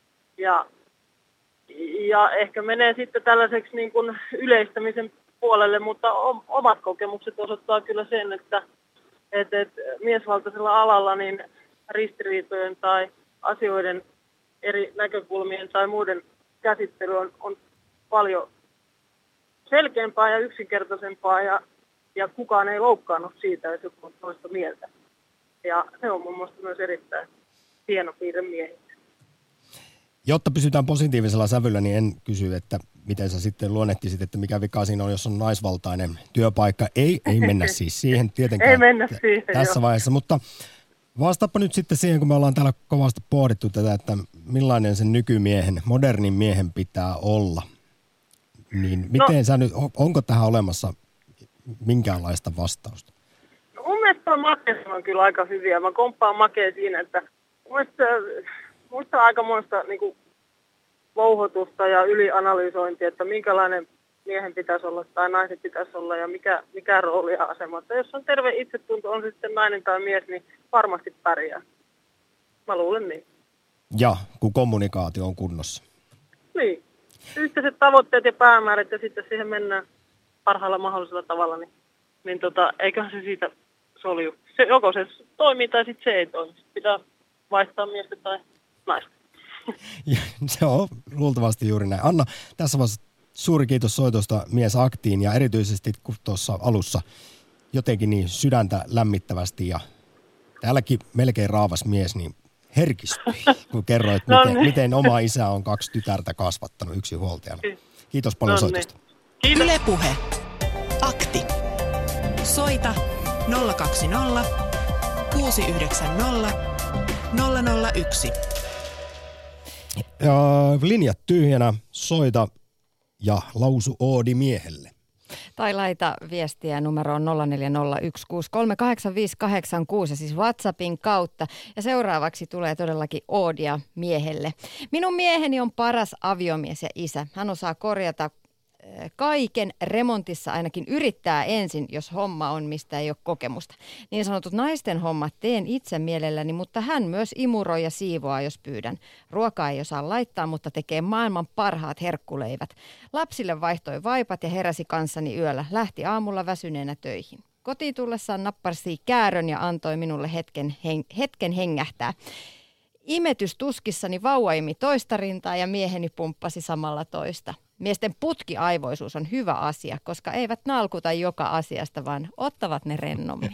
Ja ehkä menee sitten tällaiseksi niin kuin yleistämisen puolelle, mutta omat kokemukset osoittaa kyllä sen, että miesvaltaisella alalla niin ristiriitojen tai asioiden eri näkökulmien tai muiden käsittely on paljon selkeämpää ja yksinkertaisempaa ja kukaan ei loukkaannut siitä, jos joku on toista mieltä. Ja se on mun mielestä myös erittäin hieno piirre miehissä. Jotta pysytään positiivisella sävyllä, niin en kysy, että miten sä sitten luonnehtisit, että mikä vika siinä on, jos on naisvaltainen työpaikka. Ei mennä siis siihen tietenkään ei mennä siihen, tässä vaiheessa, mutta vastaappa nyt sitten siihen, kun me ollaan täällä kovasti pohdittu tätä, että millainen sen nykymiehen, modernin miehen pitää olla. Niin miten sä nyt, onko tähän olemassa minkäänlaista vastausta? No, mun mielestä tuo Make on kyllä aika hyviä. Mä komppaan Makea siinä, että muista aika monesta niin vouhotusta ja ylianalysointia, että minkälainen miehen pitäisi olla tai naisen pitäisi olla ja mikä rooli ja asema. Että jos on terve itsetunto, on se sitten nainen tai mies, niin varmasti pärjää. Mä luulen niin. Ja kun kommunikaatio on kunnossa. Niin. Yhteiset tavoitteet ja päämäärät ja sitten siihen mennään parhaalla mahdollisella tavalla, niin eiköhän se siitä solju. Joko se toimii tai sitten se ei toimi. Pitää vaihtaa miestä tai naista. Se on luultavasti juuri näin. Anna, tässä vaiheessa suuri kiitos soitosta mies aktiin ja erityisesti kun tuossa alussa jotenkin niin sydäntä lämmittävästi ja täälläkin melkein raavas mies, niin herkistyi, kun kerroit, miten oma isä on 2 tytärtä kasvattanut yksinhuoltajana. Kiitos paljon soitosta. Yle Puhe. Akti. Soita 020 690 001. Ja linjat tyhjänä, soita ja lausu oodi miehelle. Tai laita viestiä numeroon 0401638586, siis WhatsAppin kautta. Ja seuraavaksi tulee todellakin oodia miehelle. Minun mieheni on paras aviomies ja isä. Hän osaa korjata kaiken remontissa ainakin yrittää ensin, jos homma on, mistä ei ole kokemusta. Niin sanotut naisten hommat teen itse mielelläni, mutta hän myös imuroi ja siivoaa, jos pyydän. Ruokaa ei osaa laittaa, mutta tekee maailman parhaat herkkuleivät. Lapsille vaihtoi vaipat ja heräsi kanssani yöllä. Lähti aamulla väsyneenä töihin. Kotiin tullessaan napparsi käärön ja antoi minulle hetken hengähtää. Imetystuskissani vauva imi toista rintaa ja mieheni pumppasi samalla toista. Miesten putkiaivoisuus on hyvä asia, koska eivät nalkuta joka asiasta, vaan ottavat ne rennommin.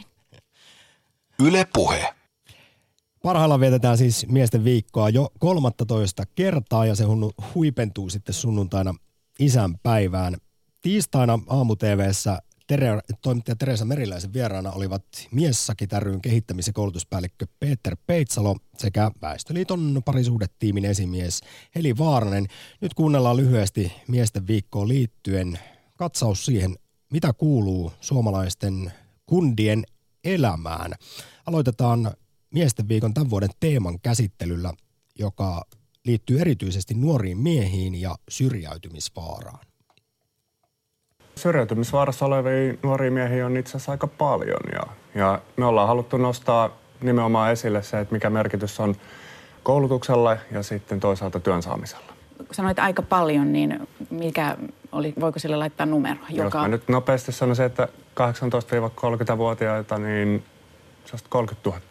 Yle Puhe. Parhaillaan vietetään siis miesten viikkoa jo 13 kertaa ja se huipentuu sitten sunnuntaina isänpäivään. Tiistaina aamu-tv:ssä toimittaja Teresa Meriläisen vieraana olivat Miessakit ry:n kehittämis- ja koulutuspäällikkö Peter Peitsalo sekä Väestöliiton parisuhdetiimin esimies Heli Vaaranen. Nyt kuunnellaan lyhyesti miesten viikkoon liittyen katsaus siihen, mitä kuuluu suomalaisten kundien elämään. Aloitetaan miesten viikon tämän vuoden teeman käsittelyllä, joka liittyy erityisesti nuoriin miehiin ja syrjäytymisvaaraan. Syrjäytymisvaarassa olevia nuoria miehiä on itse asiassa aika paljon ja me ollaan haluttu nostaa nimenomaan esille se, että mikä merkitys on koulutuksella ja sitten toisaalta työn saamisella. Sanoit aika paljon, niin voiko sille laittaa numero? Jos mä nyt nopeasti sanoisin, että 18-30-vuotiaita, niin se on 30 000.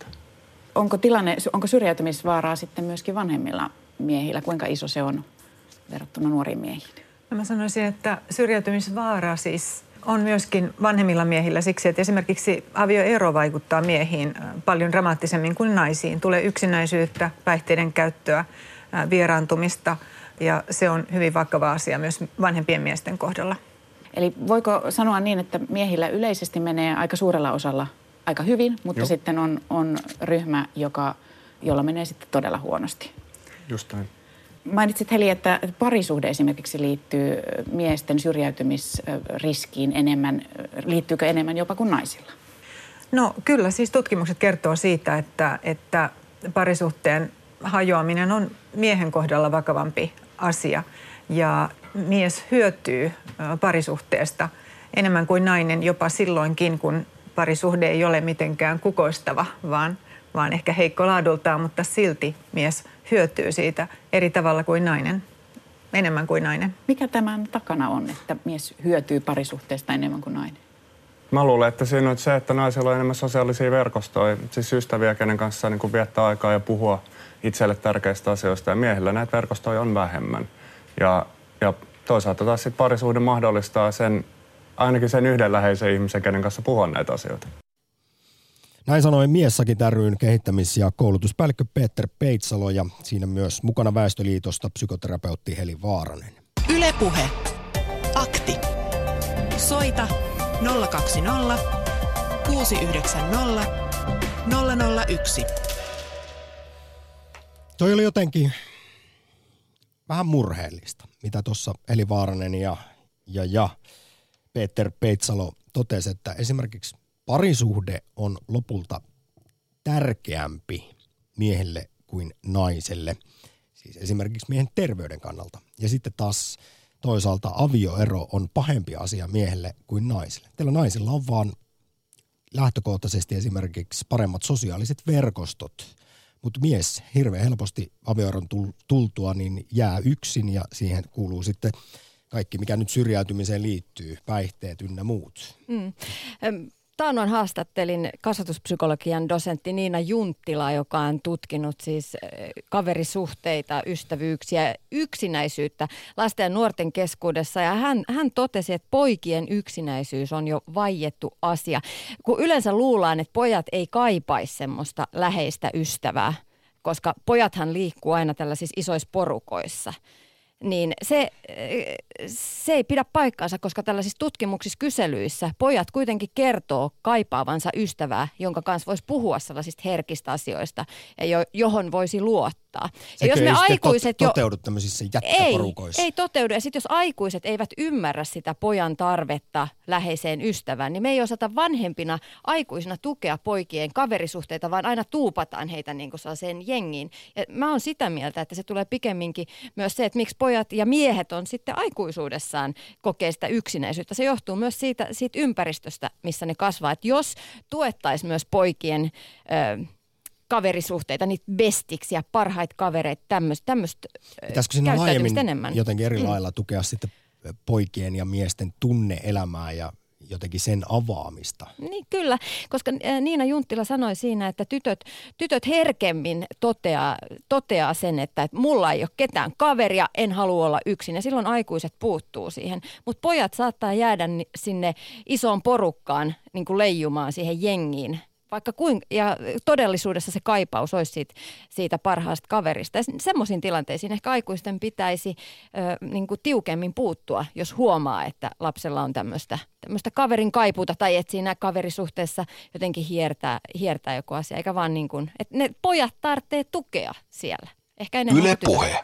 Onko syrjäytymisvaaraa sitten myöskin vanhemmilla miehillä? Kuinka iso se on verrattuna nuoriin miehiin? No mä sanoisin, että syrjäytymisvaara siis on myöskin vanhemmilla miehillä siksi, että esimerkiksi avioero vaikuttaa miehiin paljon dramaattisemmin kuin naisiin. Tulee yksinäisyyttä, päihteiden käyttöä, vieraantumista ja se on hyvin vakava asia myös vanhempien miesten kohdalla. Eli voiko sanoa niin, että miehillä yleisesti menee aika suurella osalla aika hyvin, mutta sitten on ryhmä, jolla menee sitten todella huonosti? Just näin. Mainitsit Heli, että parisuhde esimerkiksi liittyy miesten syrjäytymisriskiin enemmän. Liittyykö enemmän jopa kuin naisilla? No kyllä, siis tutkimukset kertoo siitä, että parisuhteen hajoaminen on miehen kohdalla vakavampi asia. Ja mies hyötyy parisuhteesta enemmän kuin nainen jopa silloinkin, kun parisuhde ei ole mitenkään kukoistava, vaan ehkä heikko laadultaan, mutta silti mies hyötyy siitä eri tavalla kuin nainen, enemmän kuin nainen. Mikä tämän takana on, että mies hyötyy parisuhteesta enemmän kuin nainen? Mä luulen, että siinä on se, että naisilla on enemmän sosiaalisia verkostoja, siis ystäviä, kenen kanssa niin kuin viettää aikaa ja puhua itselle tärkeistä asioista. Ja miehillä näitä verkostoja on vähemmän. Ja toisaalta taas sit parisuhde mahdollistaa ainakin sen yhden läheisen ihmisen, kenen kanssa puhua näitä asioita. Näin sanoi Miessakit ry:n kehittämis- ja koulutuspäällikkö Peter Peitsalo ja siinä myös mukana Väestöliitosta psykoterapeutti Heli Vaaranen. Yle Puhe. Akti. Soita 020 690 001. Toi oli jotenkin vähän murheellista, mitä tuossa Heli Vaaranen ja Peter Peitsalo totesi, että esimerkiksi parisuhde on lopulta tärkeämpi miehelle kuin naiselle, siis esimerkiksi miehen terveyden kannalta. Ja sitten taas toisaalta avioero on pahempi asia miehelle kuin naiselle. Teillä naisilla on vaan lähtökohtaisesti esimerkiksi paremmat sosiaaliset verkostot, mutta mies hirveän helposti avioeron tultua niin jää yksin ja siihen kuuluu sitten kaikki, mikä nyt syrjäytymiseen liittyy, päihteet ynnä muut. Taannoin haastattelin kasvatuspsykologian dosentti Niina Junttilaa, joka on tutkinut siis kaverisuhteita, ystävyyksiä, yksinäisyyttä lasten ja nuorten keskuudessa. Ja hän totesi, että poikien yksinäisyys on jo vaiettu asia. Kun yleensä luullaan, että pojat ei kaipaisi semmoista läheistä ystävää, koska pojathan liikkuu aina tällaisissa isoissa porukoissa. Niin se ei pidä paikkaansa, koska tällaisissa tutkimuksissa, kyselyissä pojat kuitenkin kertoo kaipaavansa ystävää, jonka kanssa voisi puhua sellaisista herkistä asioista, johon voisi luottaa. Ja jos me aikuiset toteudu tämmöisissä jätkäporukoissa. Ei toteudu. Ja sitten jos aikuiset eivät ymmärrä sitä pojan tarvetta läheiseen ystävään, niin me ei osata vanhempina aikuisina tukea poikien kaverisuhteita, vaan aina tuupataan heitä niin kuin sellaiseen jengiin. Ja mä oon sitä mieltä, että se tulee pikemminkin myös se, että miksi pojat pojat ja miehet on sitten aikuisuudessaan kokee sitä yksinäisyyttä. Se johtuu myös siitä ympäristöstä, missä ne kasvaa. Että jos tuettaisiin myös poikien kaverisuhteita, niitä bestiksiä, parhaita kavereita, tämmöistä pitäisikö siinä laajemmin enemmän? Jotenkin eri lailla tukea sitten poikien ja miesten tunne-elämää ja jotenkin sen avaamista? Niin kyllä, koska Niina Junttila sanoi siinä, että tytöt herkemmin toteaa sen, että mulla ei ole ketään kaveria, en halua olla yksin, ja silloin aikuiset puuttuu siihen. Mutta pojat saattaa jäädä sinne isoon porukkaan niin kuin leijumaan siihen jengiin, ja todellisuudessa se kaipaus olisi siitä parhaasta kaverista. Ja semmoisiin tilanteisiin ehkä aikuisten pitäisi niin kuin tiukemmin puuttua, jos huomaa, että lapsella on tämmöistä kaverin kaipuuta tai että siinä kaverisuhteessa jotenkin hiertää joku asia, eikä vaan niin kuin, että ne pojat tarvitsee tukea siellä. Ehkä enemmän Yle Puhe.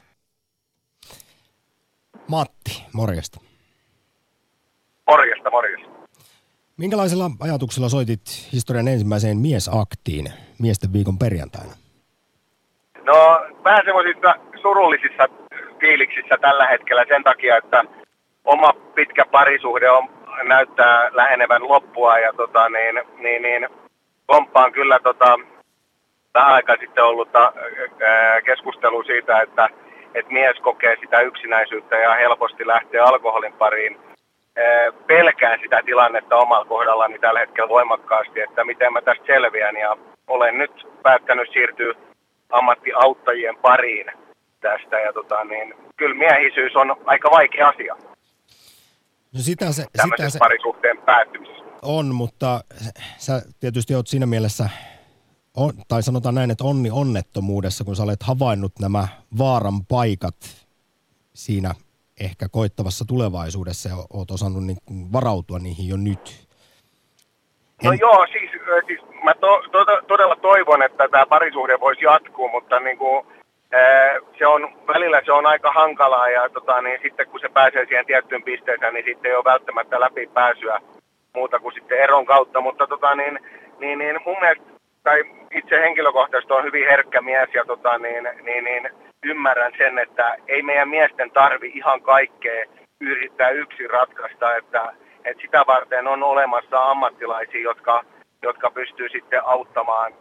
Matti, morjesta. Morjesta. Minkälaisella ajatuksella soitit historian ensimmäiseen miesaktiin miesten viikon perjantaina? No vähän semmoisissa surullisissa fiiliksissä tällä hetkellä sen takia, että oma pitkä parisuhde näyttää lähenevän loppua ja komppaan kyllä vähän aikaa sitten ollut keskustelua siitä, että mies kokee sitä yksinäisyyttä ja helposti lähtee alkoholin pariin. Pelkään sitä tilannetta omalla kohdallani tällä hetkellä voimakkaasti, että miten mä tästä selviän, ja olen nyt päättänyt siirtyä ammattiauttajien pariin tästä, ja kyllä miehisyys on aika vaikea asia. No sitä parisuhteen päättymisessä. On, mutta sä tietysti oot siinä mielessä, tai sanotaan näin, että onni onnettomuudessa, kun sä olet havainnut nämä vaaran paikat siinä ehkä koittavassa tulevaisuudessa ja oot osannut varautua niihin jo nyt. No joo, siis mä todella toivon, että tämä parisuhde voisi jatkuu, mutta välillä se on aika hankalaa ja sitten kun se pääsee siihen tiettyyn pisteeseen, niin sitten ei ole välttämättä läpi pääsyä muuta kuin sitten eron kautta, mutta mun mielestä, tai itse henkilökohtaisesti on hyvin herkkä mies ja ymmärrän sen, että ei meidän miesten tarvi ihan kaikkea yrittää yksin ratkaista, että sitä varten on olemassa ammattilaisia, jotka pystyy sitten auttamaan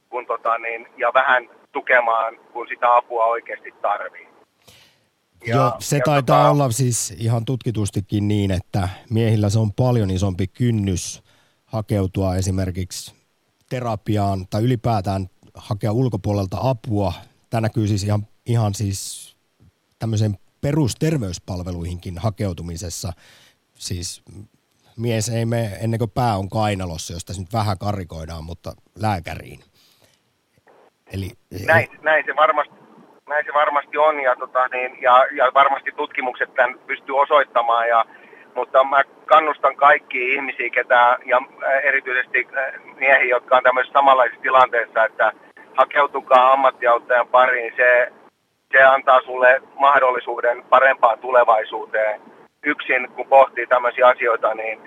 ja vähän tukemaan, kun sitä apua oikeasti tarvii. Joo, se taitaa olla siis ihan tutkitustikin niin, että miehillä se on paljon isompi kynnys hakeutua esimerkiksi terapiaan tai ylipäätään hakea ulkopuolelta apua. Tämä näkyy siis ihan siis tämmöisen perusterveyspalveluihinkin hakeutumisessa. Siis mies ei mene ennen kuin pää on kainalossa, jos tässä nyt vähän karikoidaan, mutta lääkäriin. Eli näin se varmasti on ja varmasti tutkimukset tämän pystyy osoittamaan mutta mä kannustan kaikkia ihmisiä ja erityisesti miehiä, jotka on tämmöisessä samanlaisessa tilanteessa, että hakeutukaa ammattiauttajan pariin. Se antaa sulle mahdollisuuden parempaan tulevaisuuteen. Yksin kun pohtii tämmöisiä asioita, niin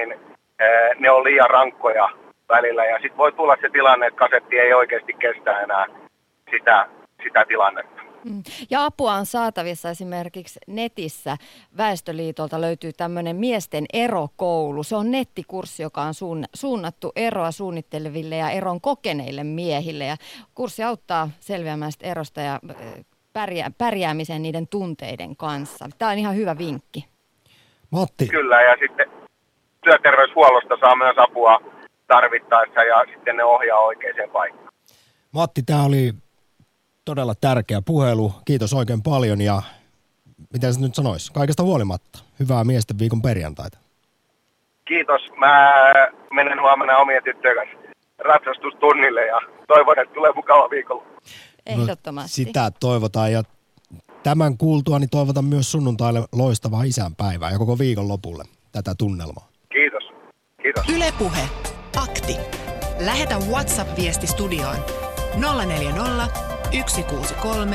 ne on liian rankkoja välillä. Ja sitten voi tulla se tilanne, että kasetti ei oikeasti kestä enää sitä tilannetta. Ja apua on saatavissa esimerkiksi netissä. Väestöliitolta löytyy tämmöinen miesten erokoulu. Se on nettikurssi, joka on suunnattu eroa suunnitteleville ja eron kokeneille miehille. Ja kurssi auttaa selviämään erosta ja pärjäämiseen niiden tunteiden kanssa. Tämä on ihan hyvä vinkki. Matti. Kyllä, ja sitten työterveyshuollosta saa myös apua tarvittaessa ja sitten ne ohjaa oikeaan paikkaan. Matti, tämä oli todella tärkeä puhelu. Kiitos oikein paljon ja mitä sä nyt sanois? Kaikesta huolimatta. Hyvää miesten viikon perjantaita. Kiitos. Mä menen huomenna omien tyttöjen kanssa ratsastustunnille ja toivon, että tulee mukava viikolla. Ehdottomasti. Sitä toivotaan ja tämän kuultuani toivotan myös sunnuntaille loistavaa isänpäivää ja koko viikon lopulle tätä tunnelmaa. Kiitos. Yle Puhe. Akti. Lähetä WhatsApp-viesti studioon 040 163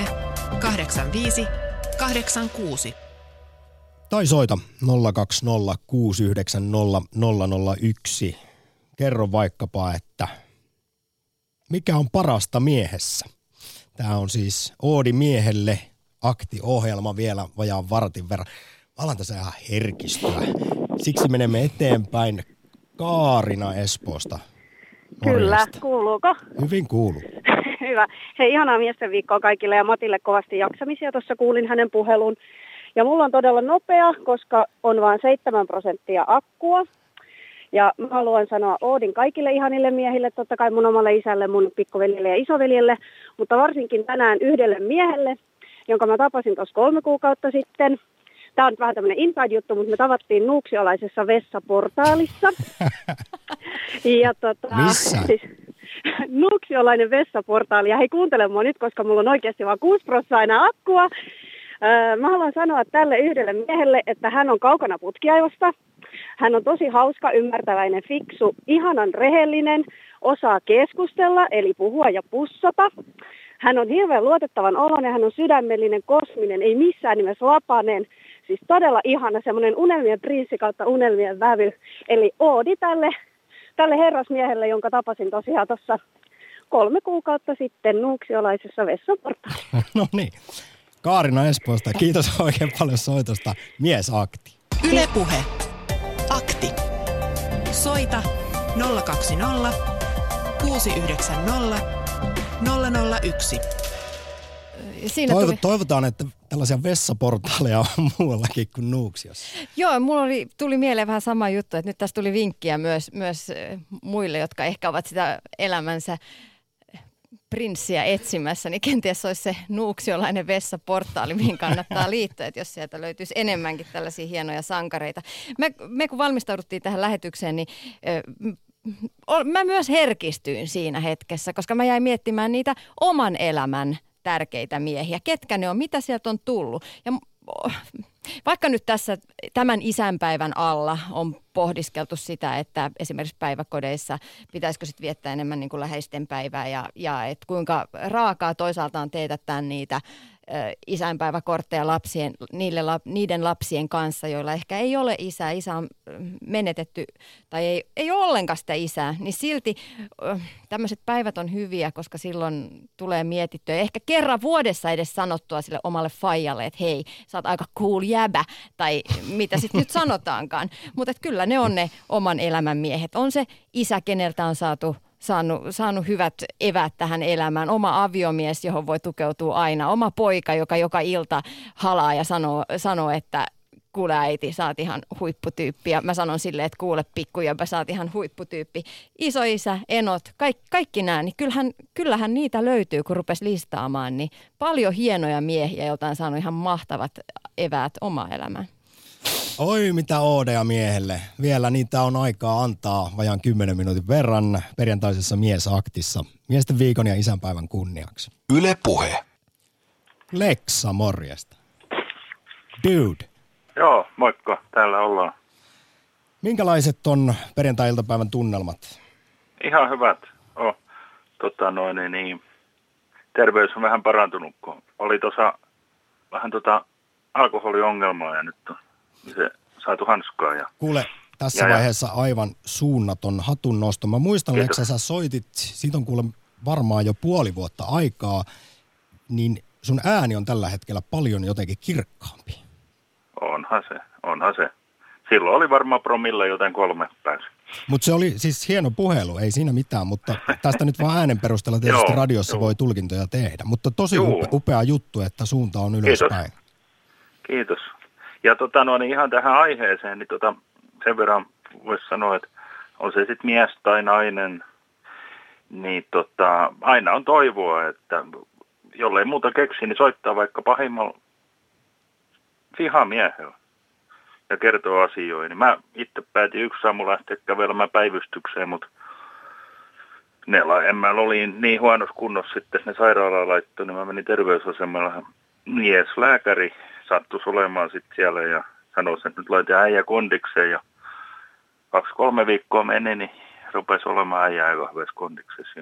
85 86. Tai soita 020 690 001. Kerro vaikkapa, että mikä on parasta miehessä. Tämä on siis oodi miehelle Akti-ohjelma vielä vajaan vartin verran. Mä alan tässä ihan herkistyä. Siksi menemme eteenpäin. Kaarina Espoosta. Kyllä, kuuluuko? Hyvin kuuluu. Hyvä. Hei, ihanaa miesten viikkoa kaikille ja Matille kovasti jaksamisia. Tuossa kuulin hänen puhelun. Ja mulla on todella nopea, koska on vain 7% akkua. Ja mä haluan sanoa oodin kaikille ihanille miehille, totta kai mun omalle isälle, mun pikkuveljelle ja isoveljelle, mutta varsinkin tänään yhdelle miehelle, jonka mä tapasin tuossa 3 kuukautta sitten. Tämä on vähän tämmöinen inside-juttu, mutta me tavattiin nuuksiolaisessa vessaportaalissa. Ja missä? Siis, nuuksiolainen vessaportaali. Ja hei, kuuntele mua nyt, koska mulla on oikeasti vaan 6% aina akkua. Mä haluan sanoa tälle yhdelle miehelle, että hän on kaukana putkiaivosta. Hän on tosi hauska, ymmärtäväinen, fiksu, ihanan rehellinen, osaa keskustella, eli puhua ja pussata. Hän on hirveän luotettavan oloinen, hän on sydämellinen, kosminen, ei missään nimessä lapanen. Siis todella ihana, semmoinen unelmien prinssi kautta unelmien vävy. Eli oodi tälle herrasmiehelle, jonka tapasin tosiaan tuossa 3 kuukautta sitten nuuksiolaisessa vessaportaalissa. No niin. Kaarina Espoosta, kiitos oikein paljon soitosta. Miesakti. Yle Puhe. Akti. Soita 020 690 001. Toivotaan, että tällaisia vessaportaaleja on muuallakin kuin Nuuksiossa. Joo, tuli mieleen vähän sama juttu, että nyt tässä tuli vinkkiä myös muille, jotka ehkä ovat sitä elämänsä prinssiä etsimässä, niin kenties olisi se nuuksiolainen vessaportaali, mihin kannattaa liittyä, että jos sieltä löytyisi enemmänkin tällaisia hienoja sankareita. Me kun valmistauduttiin tähän lähetykseen, niin mä myös herkistyin siinä hetkessä, koska mä jäin miettimään niitä oman elämän tärkeitä miehiä. Ketkä ne on, mitä sieltä on tullut. Ja vaikka nyt tässä tämän isänpäivän alla on pohdiskeltu sitä, että esimerkiksi päiväkodeissa pitäisikö sitten viettää enemmän niin kuin läheisten päivää ja että kuinka raakaa toisaalta on teetättää niitä isänpäiväkortteja niiden lapsien kanssa, joilla ehkä ei ole isää. Isä on menetetty tai ei ole ollenkaan sitä isää, niin silti tämmöiset päivät on hyviä, koska silloin tulee mietittyä. Ehkä kerran vuodessa edes sanottua sille omalle faijalle, että hei, sä oot aika cool jäbä tai mitä sitten nyt sanotaankaan. Mutta kyllä ne on ne oman elämän miehet. On se isä, keneltä on saanut hyvät eväät tähän elämään. Oma aviomies, johon voi tukeutua aina. Oma poika, joka ilta halaa ja sanoo että kuule äiti, sä oot ihan huipputyyppi. Ja mä sanon silleen, että kuule pikkujäbä, sä oot ihan huipputyyppi. Isoisä, enot, kaikki nämä, niin kyllähän niitä löytyy, kun rupesi listaamaan. Niin paljon hienoja miehiä, joilta on saanut ihan mahtavat eväät omaa elämään. Oi mitä oodeja miehelle. Vielä niitä on aikaa antaa vajaan 10 minuutin verran perjantaisessa Miesaktissa. Miesten viikon ja isänpäivän kunniaksi. Yle Puhe. Leksa, morjesta. Dude. Joo, moikka. Täällä ollaan. Minkälaiset on perjantai-iltapäivän tunnelmat? Ihan hyvät. Terveys on vähän parantunut, kun oli tuossa vähän alkoholiongelmaa ja nyt on se saatu hanskaa. Kuule, tässä vaiheessa aivan suunnaton hatunnosto. Mä muistan, Leksa, sä soitit, siitä on kuule varmaan jo puoli vuotta aikaa, niin sun ääni on tällä hetkellä paljon jotenkin kirkkaampi. Onhan se. Silloin oli varmaan promille joten 3 pääsi. Mutta se oli siis hieno puhelu, ei siinä mitään, mutta tästä nyt vaan äänen perusteella tietysti radiossa voi tulkintoja tehdä. Mutta tosi upea juttu, että suunta on ylöspäin. Kiitos. Ja ihan tähän aiheeseen, niin sen verran voisi sanoa, että on se sitten mies tai nainen, niin aina on toivoa, että jollei muuta keksi, niin soittaa vaikka pahimmalla vihamiehellä ja kertoo asioita. Niin mä itse päätin yksi aamu lähteä kävelemään päivystykseen, mutta mä olin niin huonossa kunnossa sitten, ne sairaalaan laittoi, niin mä menin terveysasemalle. Mieslääkäri sattuisi olemaan sitten siellä ja sanoi, että nyt laitan äijä kondikseen ja 2-3 viikkoa meni, niin rupesi olemaan äijä aika hyvässä kondiksessa.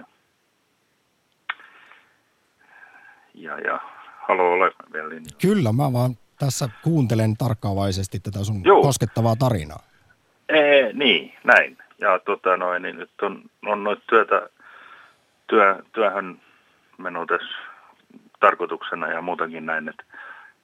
Ja haluaa olemaan vielä. Niin. Kyllä, mä vaan tässä kuuntelen tarkkaavaisesti tätä sun koskettavaa tarinaa. Niin, näin. Ja niin nyt on noita työhön meno tässä tarkoituksena ja muutakin näin, että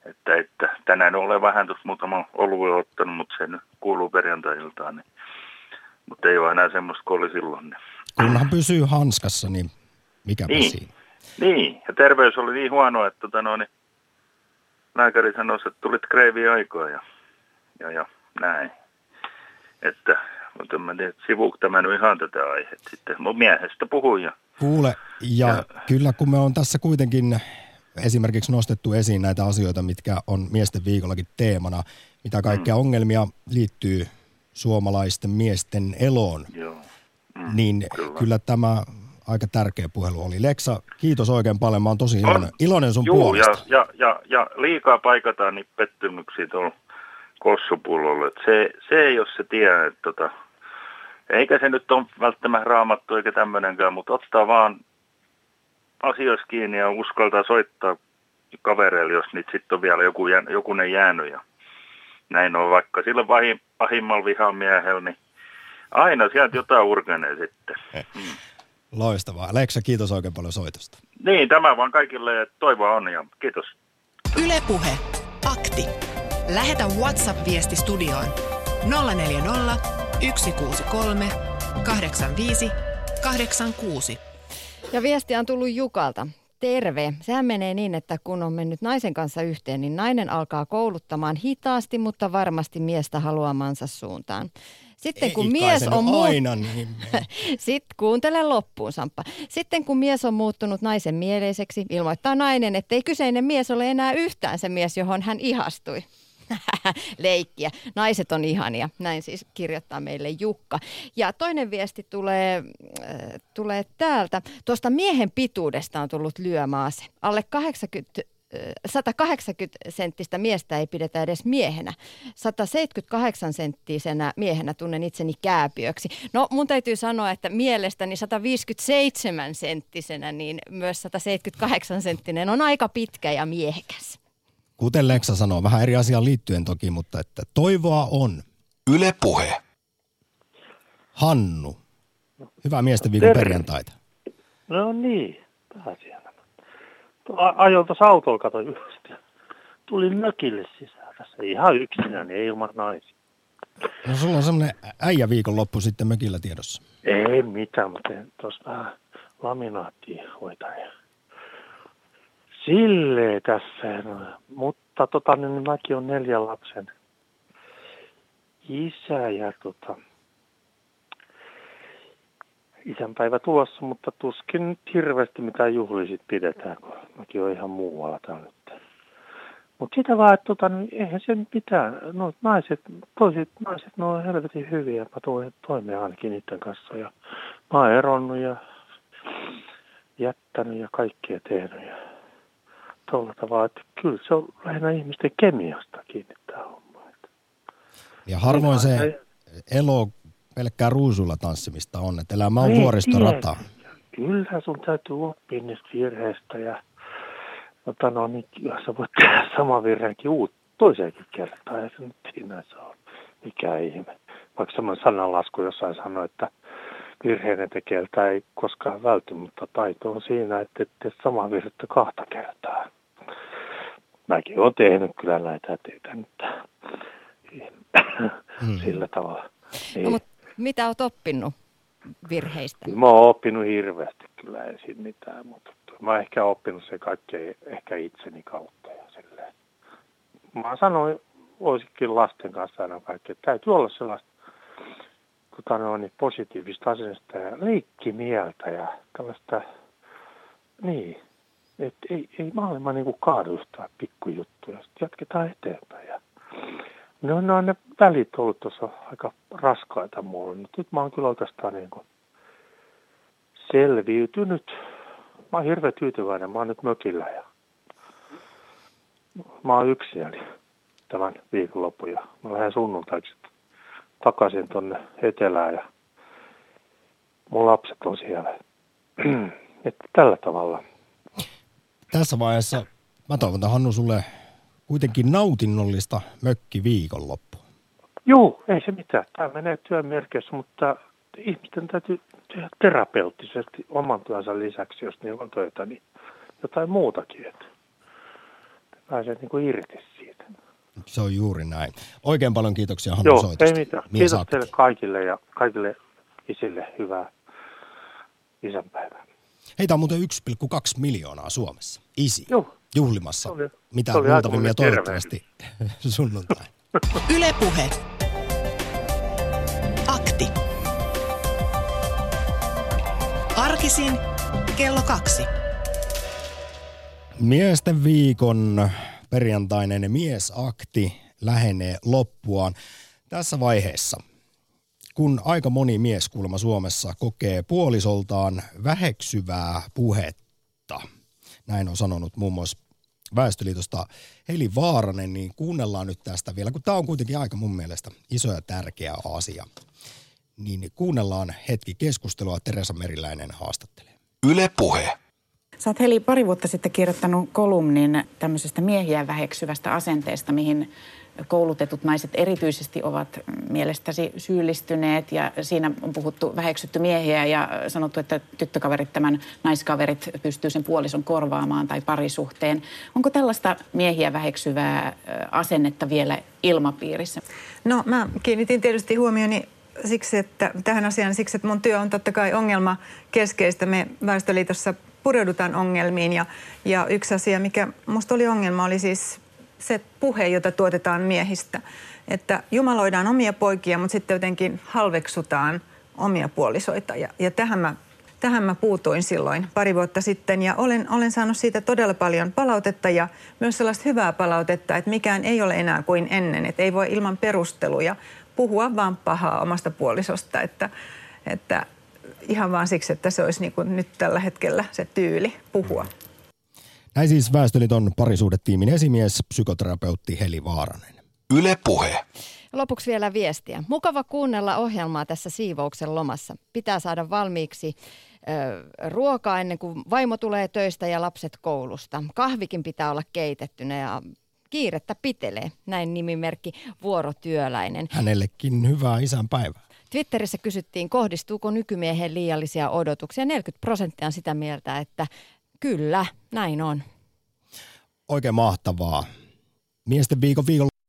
Että tänään olen vähän tuossa muutama oluen ottanut, mutta se nyt kuuluu perjantai-iltaan. Niin. Mutta ei ole enää semmoista kuin oli silloin. Niin. Kunhan pysyy hanskassa, niin mikäpä niin. siinä. Niin, ja terveys oli niin huono, että niin lääkäri sanoi, että tulit kreiviä aikaa ja näin. Mutta mä tiedän, sivuuko tämä nyt ihan tätä aihetta sitten. Mun miehestä puhuin. Kuule, ja kyllä kun me on tässä kuitenkin esimerkiksi nostettu esiin näitä asioita, mitkä on miesten viikollakin teemana, mitä kaikkea ongelmia liittyy suomalaisten miesten eloon, niin kyllä tämä aika tärkeä puhelu oli. Leksa, kiitos oikein paljon. Mä oon tosi iloinen sun puolesta. Ja liikaa paikataan niitä pettymyksiä tuolla kossupullolla. Se ei ole se tie, että eikä se nyt ole välttämättä raamattu eikä tämmöinenkään, mutta ottaa vaan asioissa kiinni ja uskaltaa soittaa kavereille, jos niitä sitten on vielä jokunen jäänyt. Ja näin on, vaikka sillä pahimmalla vihamiehellä, niin aina sieltä jotain urkenee sitten. Loistavaa. Leksa, kiitos oikein paljon soitosta. Niin, tämä vaan kaikille toivoa on ja kiitos. Yle Puhe. Akti. Lähetä WhatsApp-viesti studioon 040 163 85 86. Ja viestiä on tullut Jukalta. Terve. Sehän menee niin, että kun on mennyt naisen kanssa yhteen, niin nainen alkaa kouluttamaan hitaasti, mutta varmasti miestä haluamansa suuntaan. Sitten kun mies on Sitten kuuntele loppuun, Samppa. Sitten kun mies on muuttunut naisen mieleiseksi, ilmoittaa nainen, ettei kyseinen mies ole enää yhtään se mies, johon hän ihastui. Leikkiä. Naiset on ihania. Näin siis kirjoittaa meille Jukka. Ja toinen viesti tulee täältä. Tuosta miehen pituudesta on tullut lyömaase. Alle 180-senttistä miestä ei pidetä edes miehenä. 178-senttisenä miehenä tunnen itseni kääpiöksi. No mun täytyy sanoa, että mielestäni 157-senttisenä niin myös 178-senttinen on aika pitkä ja miehekäs. Kuten Leksa sanoo, vähän eri asiaan liittyen toki, mutta että toivoa on. Yle Puhe. Hannu. Hyvää miesten viikon perjantaita. No niin, pääsiäinen. Ajoin tuossa autolla, katsoin yhdessä. Tulin mökille sisään tässä ihan yksinään, ei ilman naisia. No sulla on semmoinen äijä viikonloppu sitten mökillä tiedossa. Ei mitään, mä teen tuossa vähän laminaattia hoitan. Silleen tässä, no. Mutta niin mäkin on 4 lapsen isä ja isänpäivä tulossa, mutta tuskin nyt hirveästi mitään juhlia sit pidetään, kun mäkin on ihan muualla täällä nyt. Mutta sitä vaan, että eihän sen mitään. No toiset naiset, ne on helvetin hyviä. Mä tulen toimeen ainakin niiden kanssa ja mä oon eronnut ja jättänyt ja kaikkea tehnyt ja tuolla tavalla, että kyllä se on lähinnä ihmisten kemiasta kiinni tämä homma. Ja harvoin se elo pelkkää ruusuilla tanssimista on, että elämä on vuoristorataa. Kyllä sun täytyy oppia niistä virheistä ja niin sä voit tehdä sama virheenkin toiseenkin kertaa ja se nyt sinänsä on mikä ihme. Vaikka semmoinen sananlasku jossain sanoi, että virheiden tekeltä ei koskaan välty, mutta taito on siinä, että et tee samaa virhettä 2 kertaa. Mäkin olen tehnyt kyllä näitä teitä nyt sillä tavalla. Niin. No, mutta mitä olet oppinut virheistä? Mä oon oppinut hirveästi kyllä ensin mitään, mutta mä oon ehkä oppinut se kaikkea ehkä itseni kautta ja silleen. Mä sanoin, voisikin lasten kanssa aina kaikkea, että täytyy olla sellaista niin positiivista asennosta ja leikkimieltä ja tällaista, niin, että ei maailma niin kuin kaadu yhtään pikkujuttuja, sitten jatketaan eteenpäin. Ja ne on ne välit ollut tuossa aika raskaita mulle, mutta nyt mä oon kyllä oikeastaan niin kuin selviytynyt. Mä oon hirveän tyytyväinen, mä oon nyt mökillä ja mä oon yksin tämän viikonlopun ja mä lähden sunnuntaiksi takaisin tonne etelään ja mun lapset on siellä. Että tällä tavalla. Tässä vaiheessa mä toivotan Hannu sulle kuitenkin nautinnollista mökkiviikonloppua. Juu, ei se mitään. Tämä menee työn merkeissä, mutta ihmisten täytyy tehdä terapeuttisesti oman työnsä lisäksi, jos niillä on töitä, niin jotain muutakin. pääsee niin kuin irti siitä. Se on juuri näin. Oikein paljon kiitoksia Hannu soitosta. Joo, ei mitään. Kiitos teille kaikille ja kaikille isille hyvää isänpäivää. Heitä on muuten 1,2 miljoonaa Suomessa. Isi. Joo. Juhlimassa. Mitä luultavimmin toivottavasti sunnuntai. Yle Puhe. Akti. Arkisin kello 2. Miesten viikon perjantainen miesakti lähenee loppuaan tässä vaiheessa. Kun aika moni mieskulma Suomessa kokee puolisoltaan väheksyvää puhetta, näin on sanonut muun muassa Väestöliitosta Heli Vaaranen, niin kuunnellaan nyt tästä vielä, kun tämä on kuitenkin aika mun mielestä iso ja tärkeä asia. Niin kuunnellaan hetki keskustelua, Teresa Meriläinen haastattelee. Yle Puhe. Sä oot Heli pari vuotta sitten kirjoittanut kolumnin tämmöisestä miehiä väheksyvästä asenteesta, mihin koulutetut naiset erityisesti ovat mielestäsi syyllistyneet, ja siinä on puhuttu väheksytty miehiä ja sanottu, että tyttökaverit, tämän naiskaverit pystyy sen puolison korvaamaan tai parisuhteen. Onko tällaista miehiä väheksyvää asennetta vielä ilmapiirissä? No mä kiinnitin tietysti huomioni tähän asiaan siksi, että mun työ on totta kai ongelma keskeistä. Me Väestöliitossa pureudutaan ongelmiin ja yksi asia, mikä musta oli ongelma, oli siis se puhe, jota tuotetaan miehistä. Että jumaloidaan omia poikia, mutta sitten jotenkin halveksutaan omia puolisoita. Ja tähän mä puutuin silloin pari vuotta sitten. Ja olen saanut siitä todella paljon palautetta ja myös sellaista hyvää palautetta, että mikään ei ole enää kuin ennen. Että ei voi ilman perusteluja puhua vaan pahaa omasta puolisosta. Että ihan vaan siksi, että se olisi niin kuin nyt tällä hetkellä se tyyli puhua. Näin siis Väestöliiton parisuhdetiimin esimies, psykoterapeutti Heli Vaaranen. Yle Puhe. Lopuksi vielä viestiä. Mukava kuunnella ohjelmaa tässä siivouksen lomassa. Pitää saada valmiiksi ruokaa ennen kuin vaimo tulee töistä ja lapset koulusta. Kahvikin pitää olla keitettynä ja kiirettä pitelee. Näin nimimerkki Vuorotyöläinen. Hänellekin hyvää isänpäivää. Twitterissä kysyttiin, kohdistuuko nykymiehen liiallisia odotuksia. 40% on sitä mieltä, että kyllä, näin on. Oikein mahtavaa. Miesten viikon